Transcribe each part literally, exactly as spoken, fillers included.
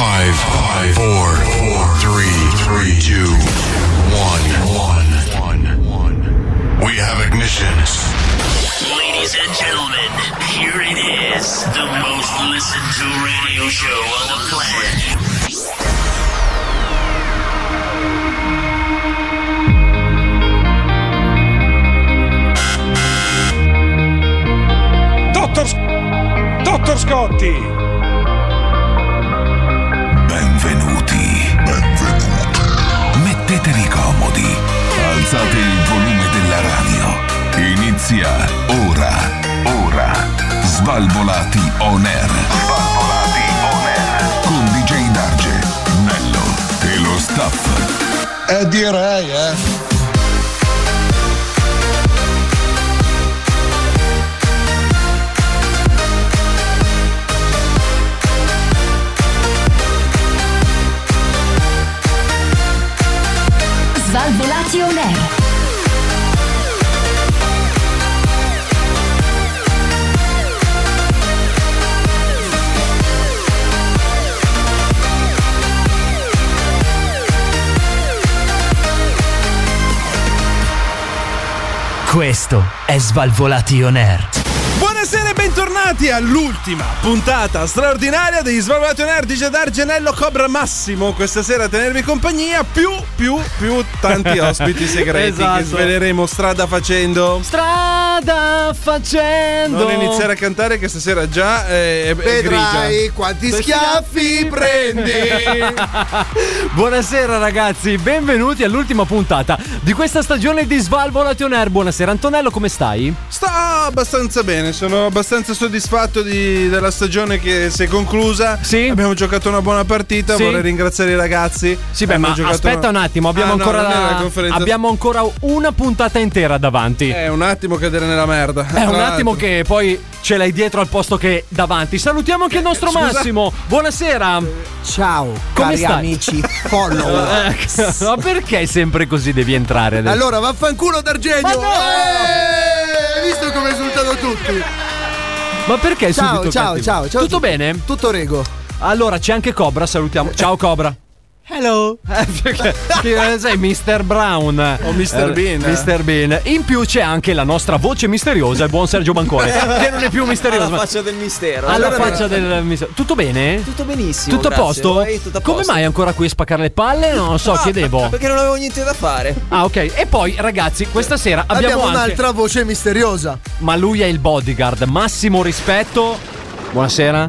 five, five, four, four, three, three, two, one, one, one. We have ignition. Ladies and gentlemen, here it is, the most listened to radio show on the planet. Dottor, Dottor Scotti! Benvenuti, benvenuti. Mettetevi comodi, alzate il volume della radio. Inizia ora, ora. Svalvolati on air. Svalvolati on air. Con D J Darge, Nello e lo staff. Eh direi, eh. Svalvolati on air. Questo è Svalvolati on air. Buonasera e bentornati all'ultima puntata straordinaria degli Svalvolati on air di Dargenello Cobra Massimo. Questa sera a tenervi compagnia più, più, più tanti ospiti segreti esatto. Che sveleremo strada facendo. Strada facendo. Non iniziare a cantare che stasera già è, è Vedrai grigia. quanti schiaffi prendi. Buonasera ragazzi, benvenuti all'ultima puntata di questa stagione di Svalvolati on air. Buonasera Antonello, come stai? Sto abbastanza bene, sono abbastanza soddisfatto di, della stagione che si è conclusa. Sì. Abbiamo giocato una buona partita, sì. Vorrei ringraziare i ragazzi. Sì, beh, ma aspetta una... un attimo, abbiamo, ah, ancora, no, la... conferenza... abbiamo ancora una puntata intera davanti. È un attimo cadere nella merda. È un attimo che poi ce l'hai dietro al posto che davanti. Salutiamo anche il nostro Scusa. Massimo. Buonasera. Ciao, come cari stai? amici follower. Ma perché sempre così devi entrare adesso? Allora, vaffanculo D'Argenio. Ma no! Eh, hai visto come esultano tutti? Ma perché Ciao, subito ciao, cattivo? ciao, ciao. Tutto bene? Tutto rego. Allora c'è anche Cobra, salutiamo. Ciao Cobra. Hello. Che sei mister Brown o mister Bean. mister Bean. In più c'è anche la nostra voce misteriosa, il buon Sergio Bancone, che non è più misterioso. Alla faccia del mistero. Alla allora, faccia del mistero. Tutto bene? Tutto benissimo. Tutto a grazie. posto? Voi, tutto a Come posto? mai ancora qui a spaccare le palle? Non lo so, Ah, chiedevo. Perché non avevo niente da fare. Ah, ok. E poi, ragazzi, questa sera abbiamo, Abbiamo anche... un'altra voce misteriosa. Ma lui è il bodyguard. Massimo rispetto. Buonasera.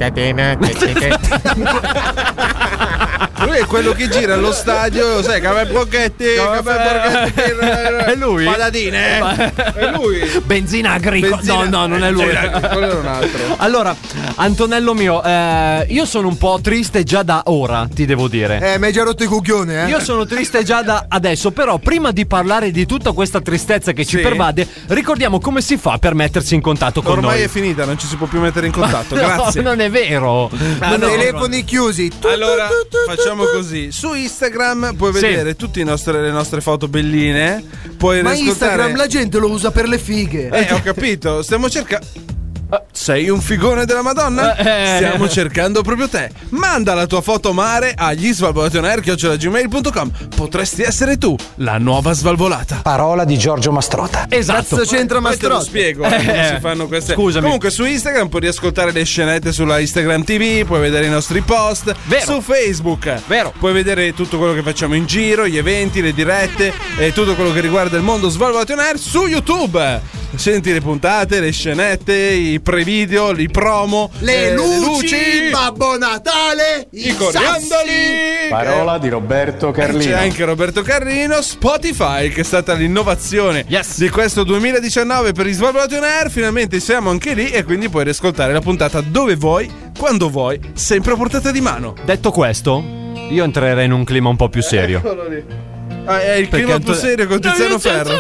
Lui è quello che gira allo stadio, sai, caffè Borghetti, caffè Borghetti, È lui? patatine. È lui. Benzina agricola. Benzina- No, no, non è lui. Benzina- quello è un altro. Allora, Antonello mio, eh, io sono un po' triste già da ora, ti devo dire. Eh, mi hai già rotto i cucchioni, eh. Io sono triste già da adesso, però prima di parlare di tutta questa tristezza che ci Sì. pervade, ricordiamo come si fa per mettersi in contatto con Ormai noi. è finita, non ci si può più mettere in contatto. No, Grazie. non è vero. Ah, No, no, telefoni chiusi. Tu, Allora, tu, tu, tu, facciamo tu. così. Su Instagram puoi Sì. vedere tutte i nostre, le nostre foto belline. Puoi Ma riascoltare. Instagram la gente lo usa per le fighe. Eh, ho capito. Stiamo cercando. Sei un figone della Madonna? Eh. Stiamo cercando proprio te. Manda la tua foto mare agli svalvolationer chiocciola gmail punto com. Potresti essere tu, la nuova svalvolata. Parola di Giorgio Mastrota. Esatto. Cazzo c'entra Poi te lo Mastrot? spiego eh, come si fanno queste. scusami. Comunque su Instagram puoi riascoltare le scenette sulla Instagram T V, puoi vedere i nostri post. Vero. Su Facebook Vero. puoi vedere tutto quello che facciamo in giro, gli eventi, le dirette e tutto quello che riguarda il mondo Svalvolati on air su YouTube. Senti le puntate, le scenette, i pre-video, i promo, Le, eh, luci, Babbo Natale, i coriandoli. Parola di Roberto Carlino. C'è anche Roberto Carlino. Spotify, che è stata l'innovazione Yes. di questo duemiladiciannove per gli Svalvolati on air. Finalmente siamo anche lì e quindi puoi riascoltare la puntata dove vuoi, quando vuoi, sempre a portata di mano. Detto questo, io entrerei in un clima un po' più serio. Eccolo lì. Ah, è il Perché clima Anto- più serio con Tiziano Ferro.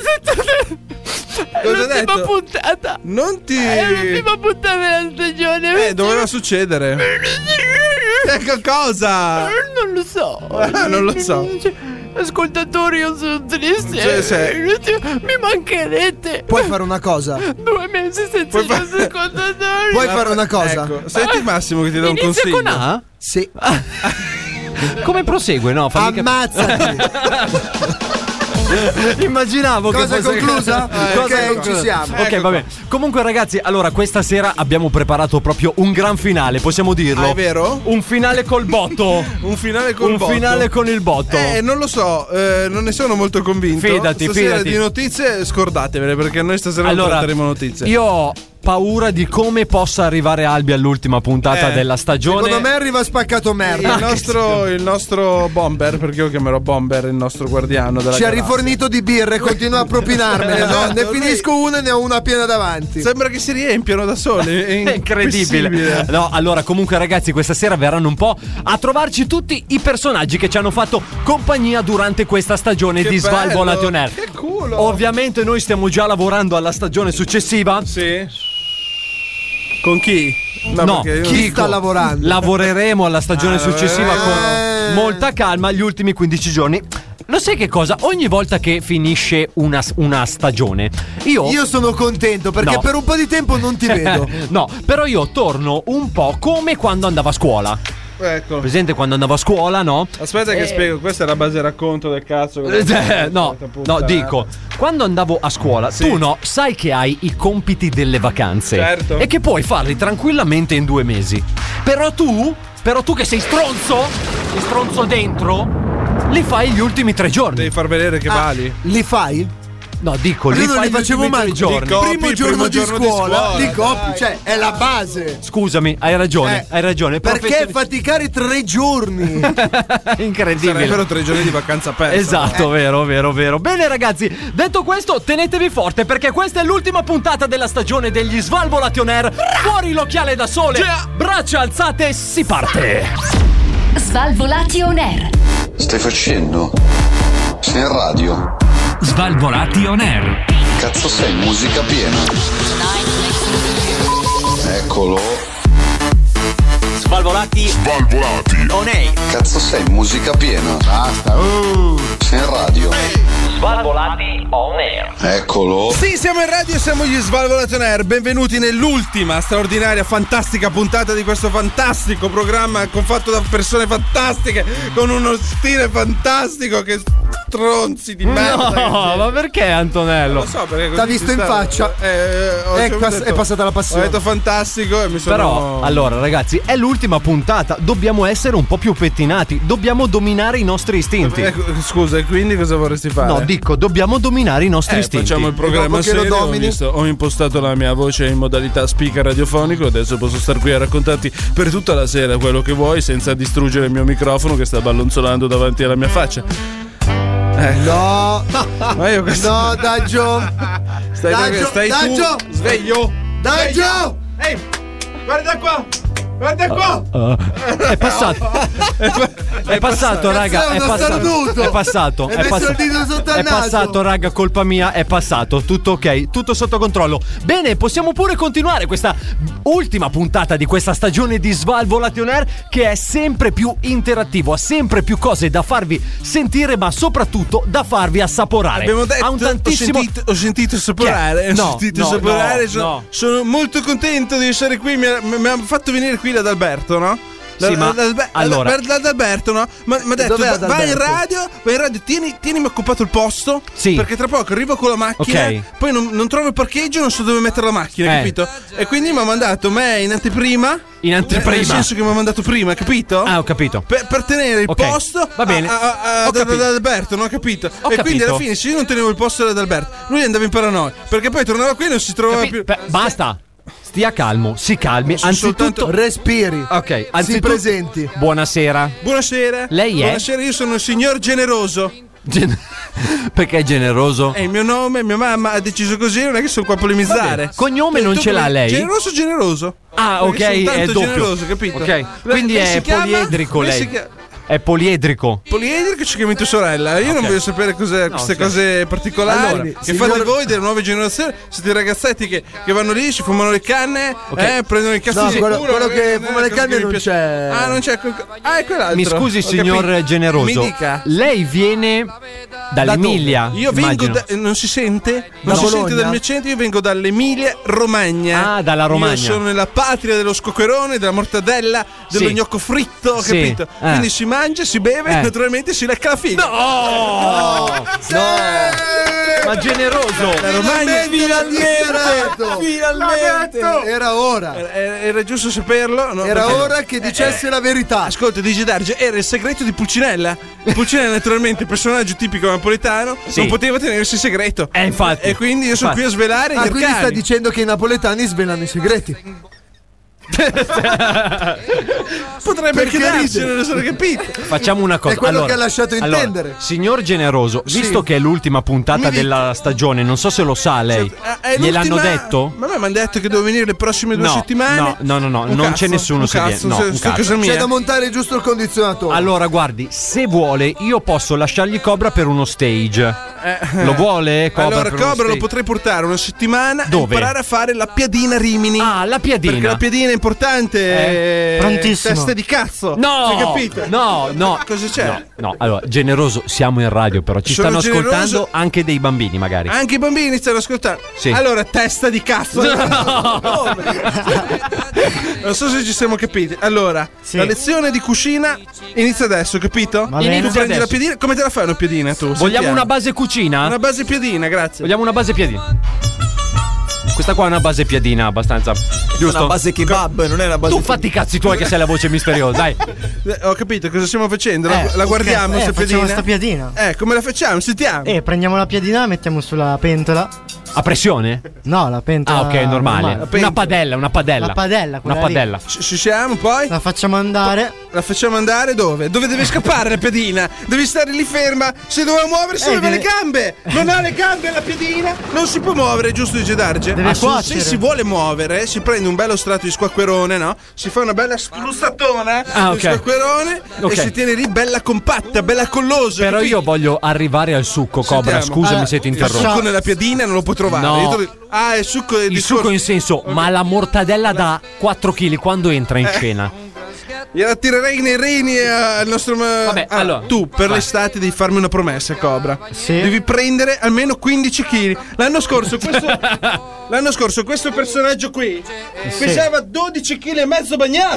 Cosa hai detto? puntata. Non ti. È l'ultima puntata della stagione. Eh, doveva succedere. Eh, che cosa? Non lo so. Ah, non lo so. Ascoltatori, io sono triste. Sì, sì. Mi mancherete. Puoi fare una cosa? Due mesi senza i nostri ascoltatori. Puoi fare una cosa? Ecco, senti Massimo che ti do un Inizia consiglio. con A? Sì. Come prosegue? No, fammi cap- Ammazzati. Immaginavo Cosa che fosse conclusa? Cosa Ok, conclusa? ci siamo. Ok, Ecco va bene. Comunque, ragazzi, allora questa sera abbiamo preparato proprio un gran finale, possiamo dirlo. Ah, è vero? Un finale col botto. Un finale con un il botto. finale con il botto. Eh, non lo so, eh, non ne sono molto convinto. Fidati, Stasera fidati. di notizie scordatevele perché noi stasera non Allora, porteremo notizie. io ho paura di come possa arrivare Albi all'ultima puntata Eh, della stagione. Secondo me arriva spaccato merda. Il nostro, il nostro bomber, perché io chiamerò bomber il nostro guardiano della Ci ha galassia. rifornito di birre, continua a propinarmene. No? Esatto, Ne lui- finisco una e ne ho una piena davanti. Sembra che si riempiano da soli. È È incredibile. impossibile. No, allora, comunque, ragazzi, questa sera verranno un po' a trovarci tutti i personaggi che ci hanno fatto compagnia durante questa stagione Che di Svalvolation bello, Air. che culo. Ovviamente noi stiamo già lavorando alla stagione successiva. Sì. Con chi? No, perché io- Chi dico, sta lavorando? Lavoreremo alla stagione Ah, successiva eh. con molta calma gli ultimi quindici giorni. Lo sai che cosa? Ogni volta che finisce una, una stagione, io. Io sono contento perché No. per un po' di tempo non ti vedo. No, però io torno un po' come quando andavo a scuola. Ecco. Presente quando andavo a scuola, no? Aspetta che Eh. spiego, questa è la base racconto del cazzo. Eh, no, no, dico, quando andavo a scuola, Sì. tu no, sai che hai i compiti delle vacanze. Certo. E che puoi farli tranquillamente in due mesi. Però tu, però tu che sei stronzo, sei stronzo dentro, li fai gli ultimi tre giorni. Devi far vedere che vali. Li fai? No, dico, li Io non fai li gli facevo ultimi mai. tre giorni. Dico- Primo Copi, giorno, primo di, giorno di scuola, scuola, li copi, dai. cioè è la base. Scusami, hai ragione, Eh, hai ragione. Perché Professioni- faticare tre giorni? Incredibile. Sarebbero tre giorni di vacanza persa. Esatto, vero, vero, vero. Bene, ragazzi, detto questo, tenetevi forte perché questa è l'ultima puntata della stagione degli Svalvolation Air. Fuori l'occhiale da sole, braccia alzate, si parte. Svalvolation Air. Stai facendo? Sei in radio? Svalvolation Air. Cazzo sei, musica piena. Eccolo. Svalvolati. Svalvolati. On air. Cazzo sei, musica piena. Basta. Uh. Sei in radio? Svalvolati on air. Eccolo. Sì, siamo in radio, siamo gli Svalvolation Air. Benvenuti nell'ultima straordinaria, fantastica puntata di questo fantastico programma fatto da persone fantastiche, con uno stile fantastico. Che stronzi di merda. No, ma perché, Antonello? Lo so perché così T'ha visto ci in sta- faccia. Eh, ho- È ho pass- detto- è passata la passione. Ho detto fantastico e mi sono. Però, allora, ragazzi, è l'ultima puntata. Dobbiamo essere un po' più pettinati. Dobbiamo dominare i nostri istinti. Ecco, scusa, e quindi cosa vorresti fare? No, dico, dobbiamo dominare i nostri Eh, istinti. facciamo il programma dopo che lo serio. Ho, domini? visto, ho impostato la mia voce in modalità speaker radiofonico. Adesso posso star qui a raccontarti per tutta la sera quello che vuoi senza distruggere il mio microfono che sta ballonzolando davanti alla mia faccia. No, Ma io questo. no, Daggio. Stai, Daggio, stai Daggio. tu sveglio. Daggio. Ehi, guarda qua. Guarda qua. Uh, è passato. È passato, raga. Cazzo, È è uno passato. starnuto. È passato. Hai È messo passato. il dito sotto al È naso. passato, raga. Colpa mia. È passato. Tutto ok. Tutto sotto controllo. Bene, possiamo pure continuare questa ultima puntata di questa stagione di Svalvolation Air, che è sempre più interattivo. Ha sempre più cose da farvi sentire, ma soprattutto da farvi assaporare. Abbiamo detto, ha un tantissimo. ho sentito, ho sentito assaporare. Chi è? Ho No, sentito no, assaporare. no, sono, no. sono molto contento di essere qui. Mi ha, mi ha fatto venire qui l'Adalberto, no? Sì, ma- allora- l'Adalberto, no? Ma mi ha detto: Dov'è va- vai in Adalberto? radio, vai in radio, tieni, tienimi occupato il posto. Sì. Perché tra poco arrivo con la macchina. Ok. Poi non, non trovo il parcheggio, non so dove mettere la macchina, Eh. capito? E quindi mi ha mandato me in anteprima. In anteprima. Nel senso che mi ha mandato prima, capito? Ah, ho capito. Per, per tenere il Ok, posto va bene. a- a- a- Ho ad capito. Adalberto, non ho capito? Ho e quindi capito. alla fine, se io non tenevo il posto ad Adalberto, lui andava in paranoia. Perché poi tornava qui e non si trovava Capi- più. Beh, basta. Stia calmo, si calmi. Sono Anzitutto, Respiri. ok, Si anzitutto, presenti. buonasera. Buonasera. Lei è? Buonasera, io sono il signor generoso. Gen- Perché è generoso? È il mio nome, mia mamma ha deciso così, non è che sono qua a polemizzare. Cognome non Tu ce l'ha come- lei? Generoso generoso. Ah, Perché ok, sono tanto è doppio. generoso, capito? Ok, quindi Lei è si chiama- poliedrico lei lei. si chia- È poliedrico. Poliedrico, ci chiami tua sorella. Io Ok. non voglio sapere cos'è, queste sì. cose particolari Allora, che signor- fate voi delle nuove generazioni. Siete i ragazzetti che, che vanno lì, si fumano le canne, Ok. eh, prendono il cazzo No, di quello- sicuro. quello che eh, fuma le cosa canne che mi non piace. c'è. Ah, non c'è. quel- Ah, è quell'altro. Mi scusi, Ho signor capito. Generoso. Mi dica. Lei viene dall'Emilia. Io vengo immagino. da, non si sente? Non Da si Bologna? sente dal mio centro, io vengo dall'Emilia Romagna. Ah, dalla Romagna. Io sono nella patria dello scoccherone, della mortadella, dello Sì. gnocco fritto, Sì. capito? Eh. Quindi si mangia, si beve Eh. e naturalmente si lecca la figa. No! No! Ma generoso! La Romagna Finalmente! Finalmente! Era ora. Era, era giusto saperlo. No? Era Perché- ora che dicesse la verità. Ascolta, Digi Darge, era il segreto di Pulcinella. Pulcinella, naturalmente, personaggio tipico napoletano, Sì. non poteva tenersi segreto. Eh, infatti. E quindi io sono Infatti. qui a svelare Ah, gli quindi sta arcani. dicendo che i napoletani svelano i segreti. Potrebbe Perché anche darsi, ride? non lo sono capito. Facciamo una cosa. È quello allora, che ha lasciato allora, intendere. signor Generoso, visto che è l'ultima puntata Mi dica. della stagione, non so se lo sa lei. Eh, è Gliel'hanno l'ultima- detto? Ma a me mi hanno detto che devo venire le prossime due No, settimane. no, no, no, no, Un non cazzo, c'è nessuno un se viene. cazzo, No, se- un sto a cazzo. casa mia. C'è da montare giusto il condizionatore. Allora, guardi, se vuole, io posso lasciargli Cobra per uno stage. Lo vuole? Cobra Allora, per uno Cobra lo stage? potrei portare una settimana Dove? a imparare a fare la piadina Rimini. Ah, la piadina. Perché la piadina è importante. Eh, eh, prontissimo. Teste di cazzo. No! Hai capito? No, no. Cosa c'è? No, no, allora, Generoso, siamo in radio, però ci Sono stanno generoso. ascoltando anche dei bambini, magari. Anche i bambini stanno ascoltando. Sì. Allora, testa di cazzo. Non so se ci siamo capiti. Allora, la lezione di cucina inizia adesso, capito? Va bene. Tu Inizia prendi adesso. la piadina. Come te la fai una piadina tu? Vogliamo Sentiamo. una base cucina? Una base piadina, grazie. Vogliamo una base piadina. Questa qua è una base piadina abbastanza. Giusto? Una base kebab, non è una base. Tu fatti i cazzi tuoi che sei la voce misteriosa, dai. Eh, Ho capito cosa stiamo facendo. La, Eh, la ok, guardiamo eh, sta facciamo piadina. sta piadina. Eh, come la facciamo? Sentiamo. Eh, prendiamo la piadina, la mettiamo sulla pentola. A pressione? No, la pentola. Ah, ok, normale. Una padella, una padella. La padella, Una quella lì. padella. Ci ci siamo poi? La facciamo andare. La facciamo andare dove? Dove deve scappare la piadina? Devi stare lì ferma. Se doveva muovere, si Eh, muove deve- le gambe. Non ha le gambe la piadina. Non si può muovere, giusto di Darge? Deve Ah, se- cuocere. se si vuole muovere, si prende un bello strato di squacquerone, no? Si fa una bella spruzzatona Ah, ok. di squacquerone Ok. e si tiene lì bella compatta, bella collosa. Però capito? io voglio arrivare al succo, Cobra. Sentiamo. Scusami Ah, se ti il interrompo. succo nella piadina non lo può trovare. No. Io te lo- Ah, è il succo del Il discorso. succo in senso, ma la mortadella da quattro chili quando entra Eh. in scena? Gliela tirerei nei reni eh, al nostro. Vabbè, Ah, allora, tu per vai. l'estate devi farmi una promessa, Cobra. Sì. Devi prendere almeno quindici chili. L'anno scorso questo. L'anno scorso questo personaggio qui pesava dodici chili e mezzo bagnato.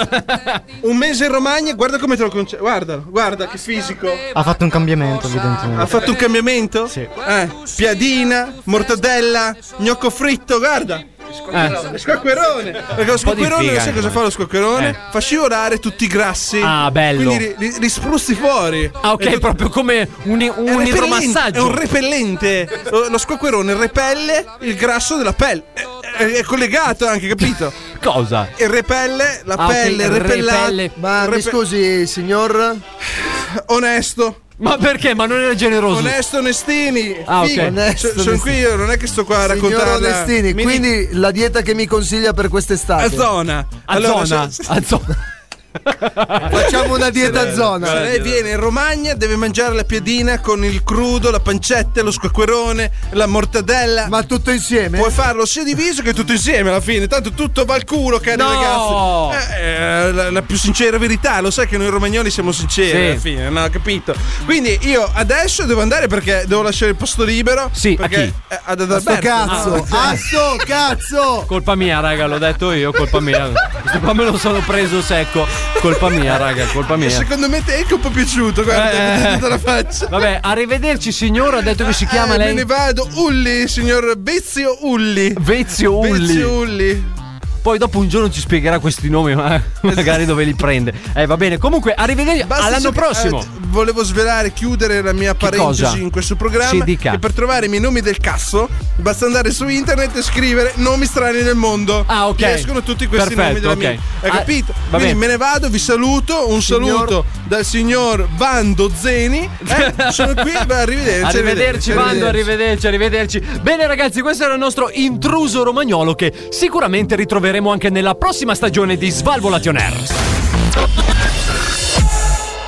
Un mese in Romagna, guarda come te lo concedo. Guarda, guarda che fisico. Ha fatto un cambiamento, evidentemente. Ha fatto un cambiamento? Sì. Eh, piadina, mortadella, gnocco fritto, guarda. Eh. Squacquerone. Perché lo di squacquerone, figa, sai cosa eh. fa lo squacquerone? Eh. Fa scivolare tutti i grassi. Ah, bello. Quindi li, li, li spruzzi fuori. Ah, ok, È tu- proprio come un, un è repellente, È idromassaggio. un repellente. Lo, lo squacquerone repelle il grasso della pelle. È, è- è collegato anche, capito? Cosa? E repelle la Ah, ok, pelle, repellata. repelle. Ma mi repe- scusi, signor. Onesto. Ma perché? Ma non era generoso. Onesto Onestini. Ah, ok. Figa. Onesto So- Sono qui io, non è che sto qua a Signor raccontare. Onestini, quindi la dieta che mi consiglia per quest'estate. a zona. A Allora, zona. se- A zona. Facciamo una dieta a Se zona. lei viene in Romagna deve mangiare la piadina con il crudo, la pancetta, lo squacquerone, la mortadella. Ma tutto insieme? Puoi farlo sia diviso che tutto insieme alla fine. Tanto tutto va al culo, cari No! ragazzi. Eh, eh, la, la più sincera verità. Lo sai che noi romagnoli siamo sinceri Sì. alla fine, no? Capito? Quindi io adesso devo andare perché devo lasciare il posto libero. Sì, a perché, chi? eh, ad A sto Adalberto. cazzo! Ah, A sto cazzo! Colpa mia, raga, l'ho detto io, colpa mia. Questo qua me lo sono preso secco. Colpa mia, raga, colpa e mia. secondo me te è anche un po' piaciuto. Guarda, Eh. vedete tutta la faccia. Vabbè, arrivederci signor, ha detto che si chiama Eh, lei. Me ne vado. Ulli, signor Vezio Ulli. Vezio Ulli. Vezio Ulli. Poi dopo un giorno ci spiegherà questi nomi, ma magari dove li prende. Eh, va bene. Comunque, arrivederci Basta all'anno se- prossimo. eh, volevo svelare, chiudere la mia parentesi cosa? in questo programma. Sì, dica. E per trovare i miei nomi del cazzo, basta andare su internet e scrivere nomi strani del mondo. Ah, ok. Ti escono tutti questi Perfetto, nomi della ok. mia. Hai Ah, capito? va Quindi bene. me ne vado, vi saluto. Un Signor- saluto dal signor Vando Zeni. Eh, sono qui, beh, arrivederci. Arrivederci, Vando, arrivederci, arrivederci. Bene, ragazzi, questo era il nostro intruso romagnolo che sicuramente ritroveremo anche nella prossima stagione di Svalvolation Air.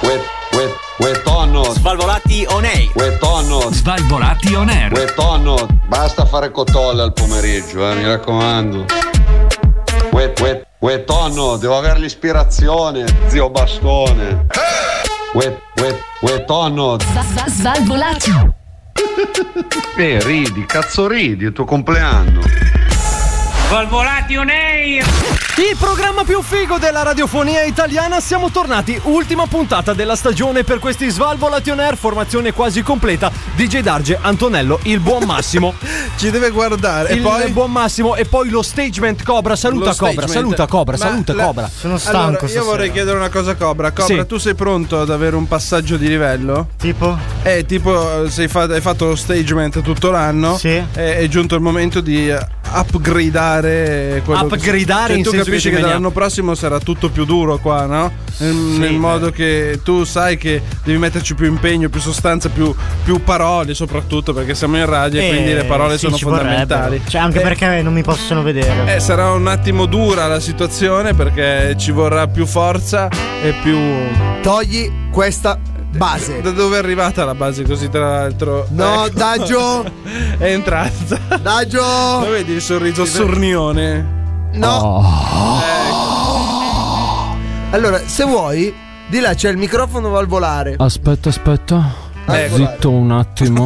Uè, uè tonno. Svalvolati on air. Uè tonno. Svalvolati on air. Uè tonno. Basta fare cotolle al pomeriggio, eh, mi raccomando. Uè, uè, uè tonno, devo avere l'ispirazione, zio bastone. Uè, uè, uè tonno. Svalvolati. Eh, ridi, cazzo ridi, è il tuo compleanno. Svalvolati on air. Il programma più figo della radiofonia italiana, siamo tornati, ultima puntata della stagione per questi Svalvolati on air, formazione quasi completa, D J Darge, Antonello, il buon Massimo. Ci deve guardare. Il E poi buon Massimo e poi lo stagement Cobra, saluta Lo Cobra, stagement. saluta Cobra, Ma saluta la- Cobra. Sono stanco allora, io stasera. vorrei chiedere una cosa a Cobra. Cobra, Sì. tu sei pronto ad avere un passaggio di livello? Tipo? Eh, tipo, sei fa- hai fatto lo stagement tutto l'anno. Sì. È, è giunto il momento di eh, upgradare quello che- Upgradare cioè, in tu senso capisci di che mania. dall'anno prossimo sarà tutto più duro qua, no? Nel, nel modo che tu sai che devi metterci più impegno, più sostanza, più, più parole, soprattutto perché siamo in radio e Eh, quindi le parole sì, sono ci fondamentali. vorrebbero. Cioè, anche Eh, perché non mi possono vedere. Eh, sarà un attimo dura la situazione perché ci vorrà più forza e più. Togli questa base. Da dove è arrivata la base così, tra l'altro? No, Ecco. Daggio. È entrata. Daggio. Lo vedi il sorriso sornione? No. Ecco. Allora, se vuoi, di là c'è il microfono valvolare. Aspetta, aspetta. Ecco. Zitto un attimo.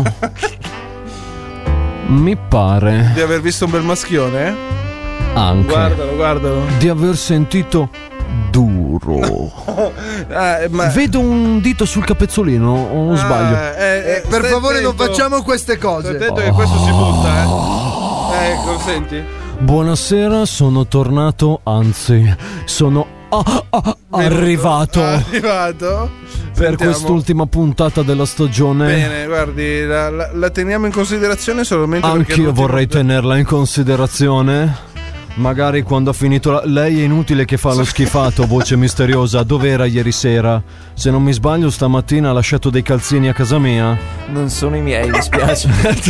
Mi pare Di aver visto un bel maschione? anche Guardalo, guardalo. di aver sentito duro. Eh, ma... Vedo un dito sul capezzolino, o Ah, sbaglio? eh, eh, Per stai favore, non attento. facciamo queste Stai cose. attento che questo si butta, eh. Ecco, senti. Buonasera, sono tornato, anzi, sono ah, ah, arrivato Arrivato. per Sentiamo. quest'ultima puntata della stagione. Bene, guardi, la, la- la teniamo in considerazione solamente perché Anch'io l'ultimo- vorrei tenerla in considerazione. Magari quando ha finito la... Lei è inutile che fa lo schifato, voce misteriosa. Dov'era ieri sera? Se non mi sbaglio stamattina ha lasciato dei calzini a casa mia. Non sono i miei, mi spiace.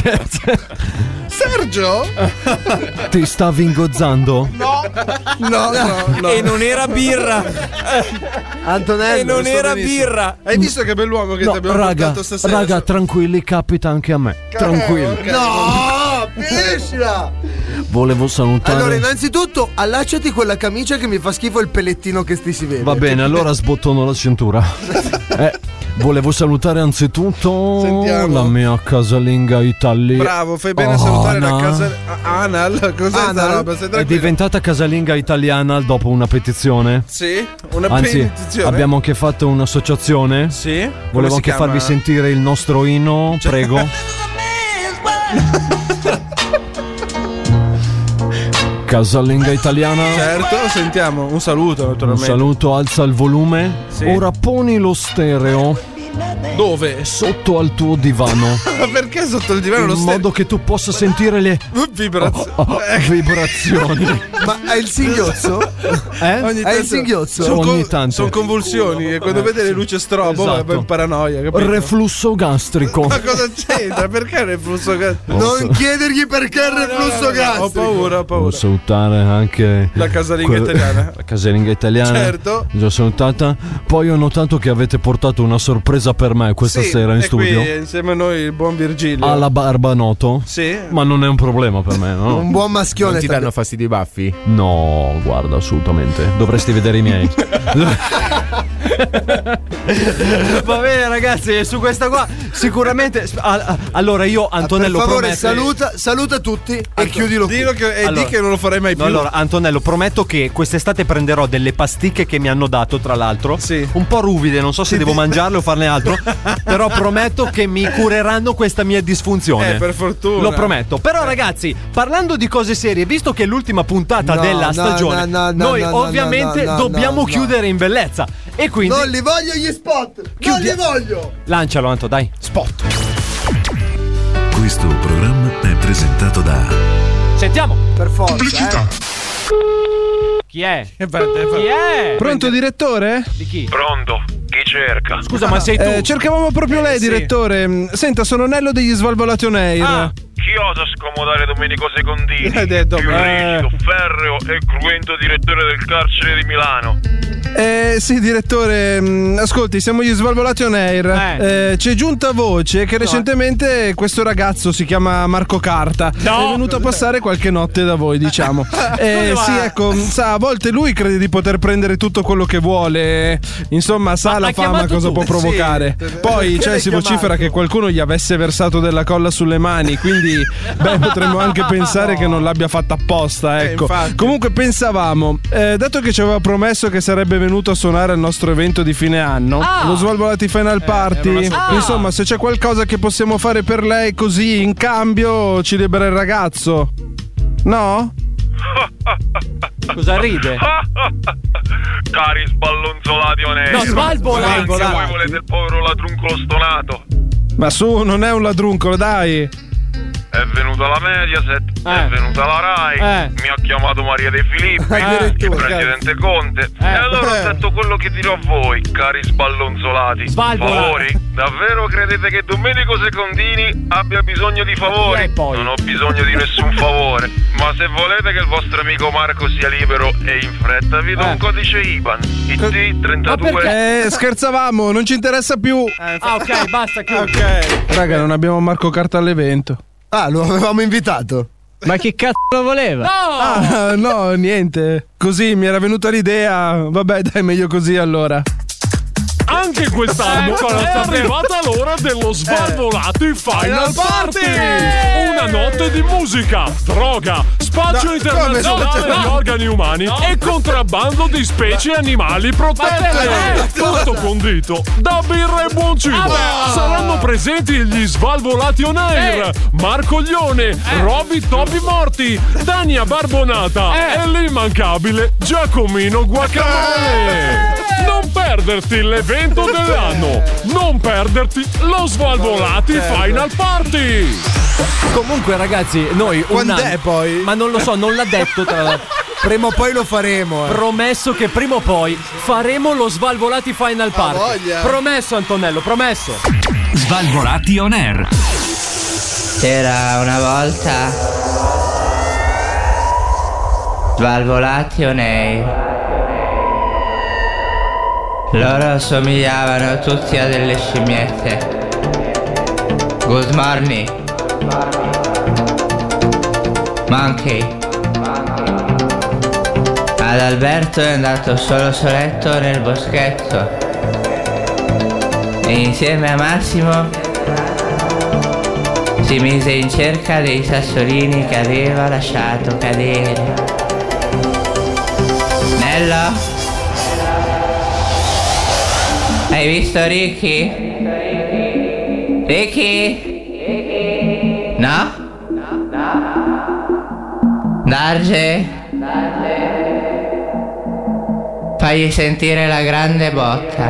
Sergio? Ti stavi ingozzando? No, no, no. E non era birra. Antonello. E non sto era benissimo. birra. Hai visto che bell'uomo che No, ti abbiamo raga, portato stasera? raga, tranquilli, capita anche a me. Tranquilli. Ok. No, finiscila. Volevo salutare. Allora, innanzitutto, allacciati quella camicia che mi fa schifo il pellettino che sti si vede. Va bene, allora sbottono la cintura. Eh, volevo salutare anzitutto Sentiamo. la mia casalinga italiana. Bravo, fai bene a Oh, salutare la Anna. casa. ah, Anal? Cos'è sta Anal? roba? Stai È tranquillo. diventata casalinga italiana dopo una petizione. Sì, una Anzi, petizione. abbiamo anche fatto un'associazione. Sì. Come Volevo si anche chiama? farvi sentire il nostro inno, prego. Casalinga italiana. Certo, sentiamo. Un saluto, Un naturalmente. saluto, alza il volume. Sì. Ora poni lo stereo Dove? sotto al tuo divano. Ma perché sotto il divano lo in stai? modo che tu possa sentire le Vibrazio- oh, vibrazioni. Ma hai il singhiozzo? Eh? Ogni Hai il singhiozzo? Sono Ogni tanto. Sono convulsioni e quando vede le luci strobo Esatto. è paranoia, capito? Reflusso gastrico. Ma cosa c'entra? Perché il reflusso gastrico? Non chiedergli perché il reflusso Ho gastrico. paura, ho Devo paura. salutare anche La casalinga quel- italiana. La casalinga italiana. Certo. Già salutata. Poi ho notato che avete portato una sorpresa per me questa Sì, sera in è studio. qui insieme a noi il buon Virgilio. Ha la barba noto. Sì. Ma non è un problema per me, no? Un buon maschione. Non ti sta- danno fastidio i baffi? No, guarda, assolutamente. Dovresti vedere i miei. Va bene, ragazzi, su questa qua sicuramente. ah, ah, Allora, io, Antonello, Per favore, prometto. saluta, saluta tutti e chiudilo qui. Dillo che, e Allora. di che non lo farei mai più. No, allora, Antonello, prometto che quest'estate prenderò delle pasticche che mi hanno dato, tra l'altro. Sì. Un po' ruvide, non so se devo mangiarle o farne altro. Però prometto che mi cureranno questa mia disfunzione. Eh, per fortuna. Lo prometto. Però, ragazzi, parlando di cose serie, visto che è l'ultima puntata No, della no, stagione, no, no, noi no, no, ovviamente no, no, dobbiamo no. chiudere in bellezza. E quindi. Non li voglio gli spot. Non Chiudi- li voglio. Lancialo, Anto, dai. Spot. Questo programma è presentato da Sentiamo. Per forza, eh. Chi è? Eh, beh, eh, Chi è? Pronto, direttore? Di chi? Pronto? Chi cerca? Scusa, ma sei tu? Eh, cercavamo proprio lei, Eh, sì. direttore. Senta, sono Nello degli Svalvolati on Air. Ah. Chi osa scomodare Domenico Secondini? Hai detto, il eh. rigido, ferreo e cruento direttore del carcere di Milano. Eh, Eh sì, direttore, mh, ascolti, siamo gli Svalvolati on Air. Eh. Eh, ci è giunta voce che recentemente questo ragazzo si chiama Marco Carta. No. È venuto a passare qualche notte da voi, diciamo. Eh, Come sì, va? ecco, sa, a volte lui crede di poter prendere tutto quello che vuole. Insomma, sa Ma la l'hai fama chiamato cosa tu? può provocare. Sì. Poi, Perché cioè, l'hai si vocifera chiamato? che qualcuno gli avesse versato della colla sulle mani. Quindi, beh, potremmo anche pensare che non l'abbia fatta apposta. Ecco. infatti. Comunque, pensavamo, eh, dato che ci aveva promesso che sarebbe venuto a suonare al nostro evento di fine anno, Ah. lo Svalvolati Final Party. era una sorpresa. Insomma, se c'è qualcosa che possiamo fare per lei, così in cambio ci libera il ragazzo. No? Cosa ride? Cari sballonzolati onesti. No, svalvolati. Anche voi volete il povero ladruncolo stonato. Ma su, non è un ladruncolo, dai. È venuta la Mediaset, è venuta la Rai, Eh. mi ha chiamato Maria De Filippi, Eh. il presidente Conte. E allora ho detto quello che dirò a voi, cari sballonzolati. Svalvolati. Favori? Davvero credete che Domenico Secondini abbia bisogno di favori? Non ho bisogno di nessun favore. Ma se volete che il vostro amico Marco sia libero e in fretta, vi do un codice I B A N. I T trentadue. Eh, scherzavamo, non ci interessa più. Ah, ok, basta, chiudi. Ok. Raga, non abbiamo Marco Carta all'evento. Ah, lo avevamo invitato. Ma che cazzo lo voleva? Ah, no, niente. Così mi era venuta l'idea. Vabbè, dai, meglio così allora. Anche quest'anno è arrivata l'ora dello Svalvolati Final Party! Una notte di musica, droga, spazio No, internazionale come no, di no. organi umani e contrabbando di specie animali protette! Tutto condito da birra e buon cibo! Saranno presenti gli Svalvolati on Air, Marco Lione, Roby Topi Morti, Dania Barbonata e l'immancabile Giacomino Guacamole! Non perderti l'evento dell'anno! Non perderti lo Svalvolati Final Party! Comunque, ragazzi, noi. un Quando anno- è poi? Ma non lo so, non l'ha detto tra l'altro. Prima o poi lo faremo. Eh. Promesso che prima o poi faremo lo Svalvolati Final Party. voglia. Promesso, Antonello, promesso. Svalvolati on air. C'era una volta Svalvolati on air. Loro somigliavano tutti a delle scimmiette. Good morning. Monkey. Adalberto è andato solo soletto nel boschetto e insieme a Massimo si mise in cerca dei sassolini che aveva lasciato cadere. Nello? Hai visto Ricky? Ricky? No? Darge? Fagli sentire la grande botta.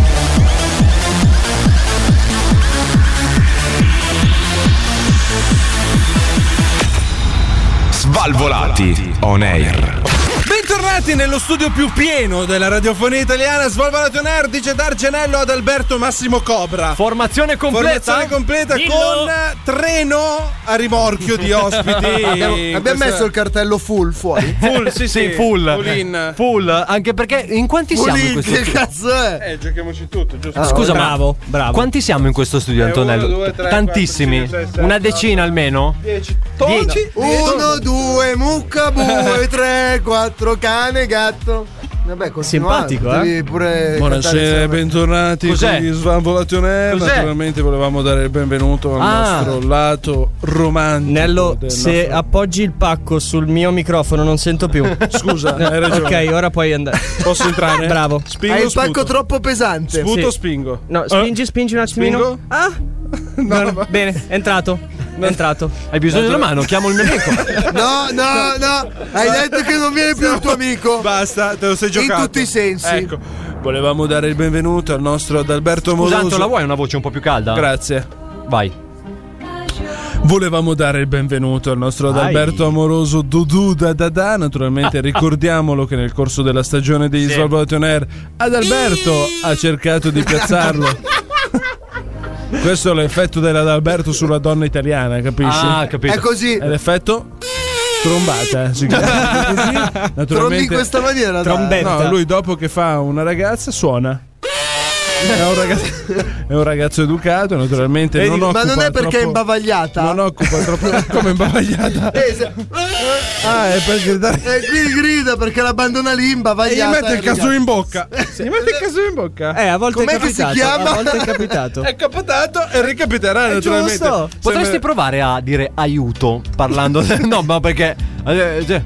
Svalvolati on air. Bentornati nello studio più pieno della radiofonia italiana. Svalvolati on air, dice D'Argenello ad Alberto Massimo Cobra. Formazione completa. Formazione completa Dillo. con treno a rimorchio di ospiti. Abbiamo, abbiamo Questa- messo il cartello full fuori. Full, sì, sì, full. Full in. Full, anche perché in quanti Full siamo in in, questo che studio? cazzo è? Eh, giochiamoci tutto, giusto? Ah, Scusa, bravo, ma bravo. quanti siamo in questo studio, Eh, Antonello? uno, due, tre, Tantissimi. quattro, cinque, sei, sette, Una otto, decina almeno? dieci, dodici. Uno, due, mucca, bue, tre, quattro, cane, gatto. Vabbè, continuate, Simpatico, eh? devi pure Buonasera, cantare bentornati Cos'è? con gli Svalvolati on air. Cos'è? Naturalmente volevamo dare il benvenuto al Ah. nostro lato romantico. Nello, del se nostro- appoggi il pacco sul mio microfono non sento più. Scusa, hai ragione. Ok, ora puoi andare. Posso entrare? Bravo. Spingo, Hai il sputo. pacco troppo pesante. Sputo, Sì. spingo. No, spingi, spingi un attimino. Spingo? Ah! No, No, va- bene, è entrato. È entrato. Hai bisogno della mano? Chiamo il mio amico. No, no, no. Hai detto che non viene più il tuo amico. Basta, te lo sei In giocato. tutti i sensi. Ecco, volevamo dare il benvenuto al nostro Adalberto Scusa, Amoroso. Anto, la vuoi una voce un po' più calda? Grazie. Vai. Volevamo dare il benvenuto al nostro Adalberto Ai. Amoroso Dudu da da da. Naturalmente ricordiamolo che nel corso della stagione degli Sì. Svalvolati on air Adalberto ha cercato di piazzarlo. Questo è l'effetto dell'Adalberto sulla donna italiana, capisci? Ah, capito. È così. È l'effetto? Strombata, si chiama così. Naturalmente. Trombi in questa maniera, dai. No, lui dopo che fa una ragazza suona. È un, ragazzo, è un ragazzo educato, naturalmente. Vedi, non ma non è perché troppo, è imbavagliata? Non occupa troppo. Come imbavagliata? Eh, se... Ah, è per gridare. E qui grida perché l'abbandona lì imbavagliata. E gli mette il caso in bocca. Sì. Gli mette il caso in bocca. Eh, a volte Com'è è capitato. che si chiama? A volte è capitato. È capitato e ricapiterà È naturalmente. giusto. Potresti Sembra... provare a dire aiuto parlando. No, ma perché. eh, cioè-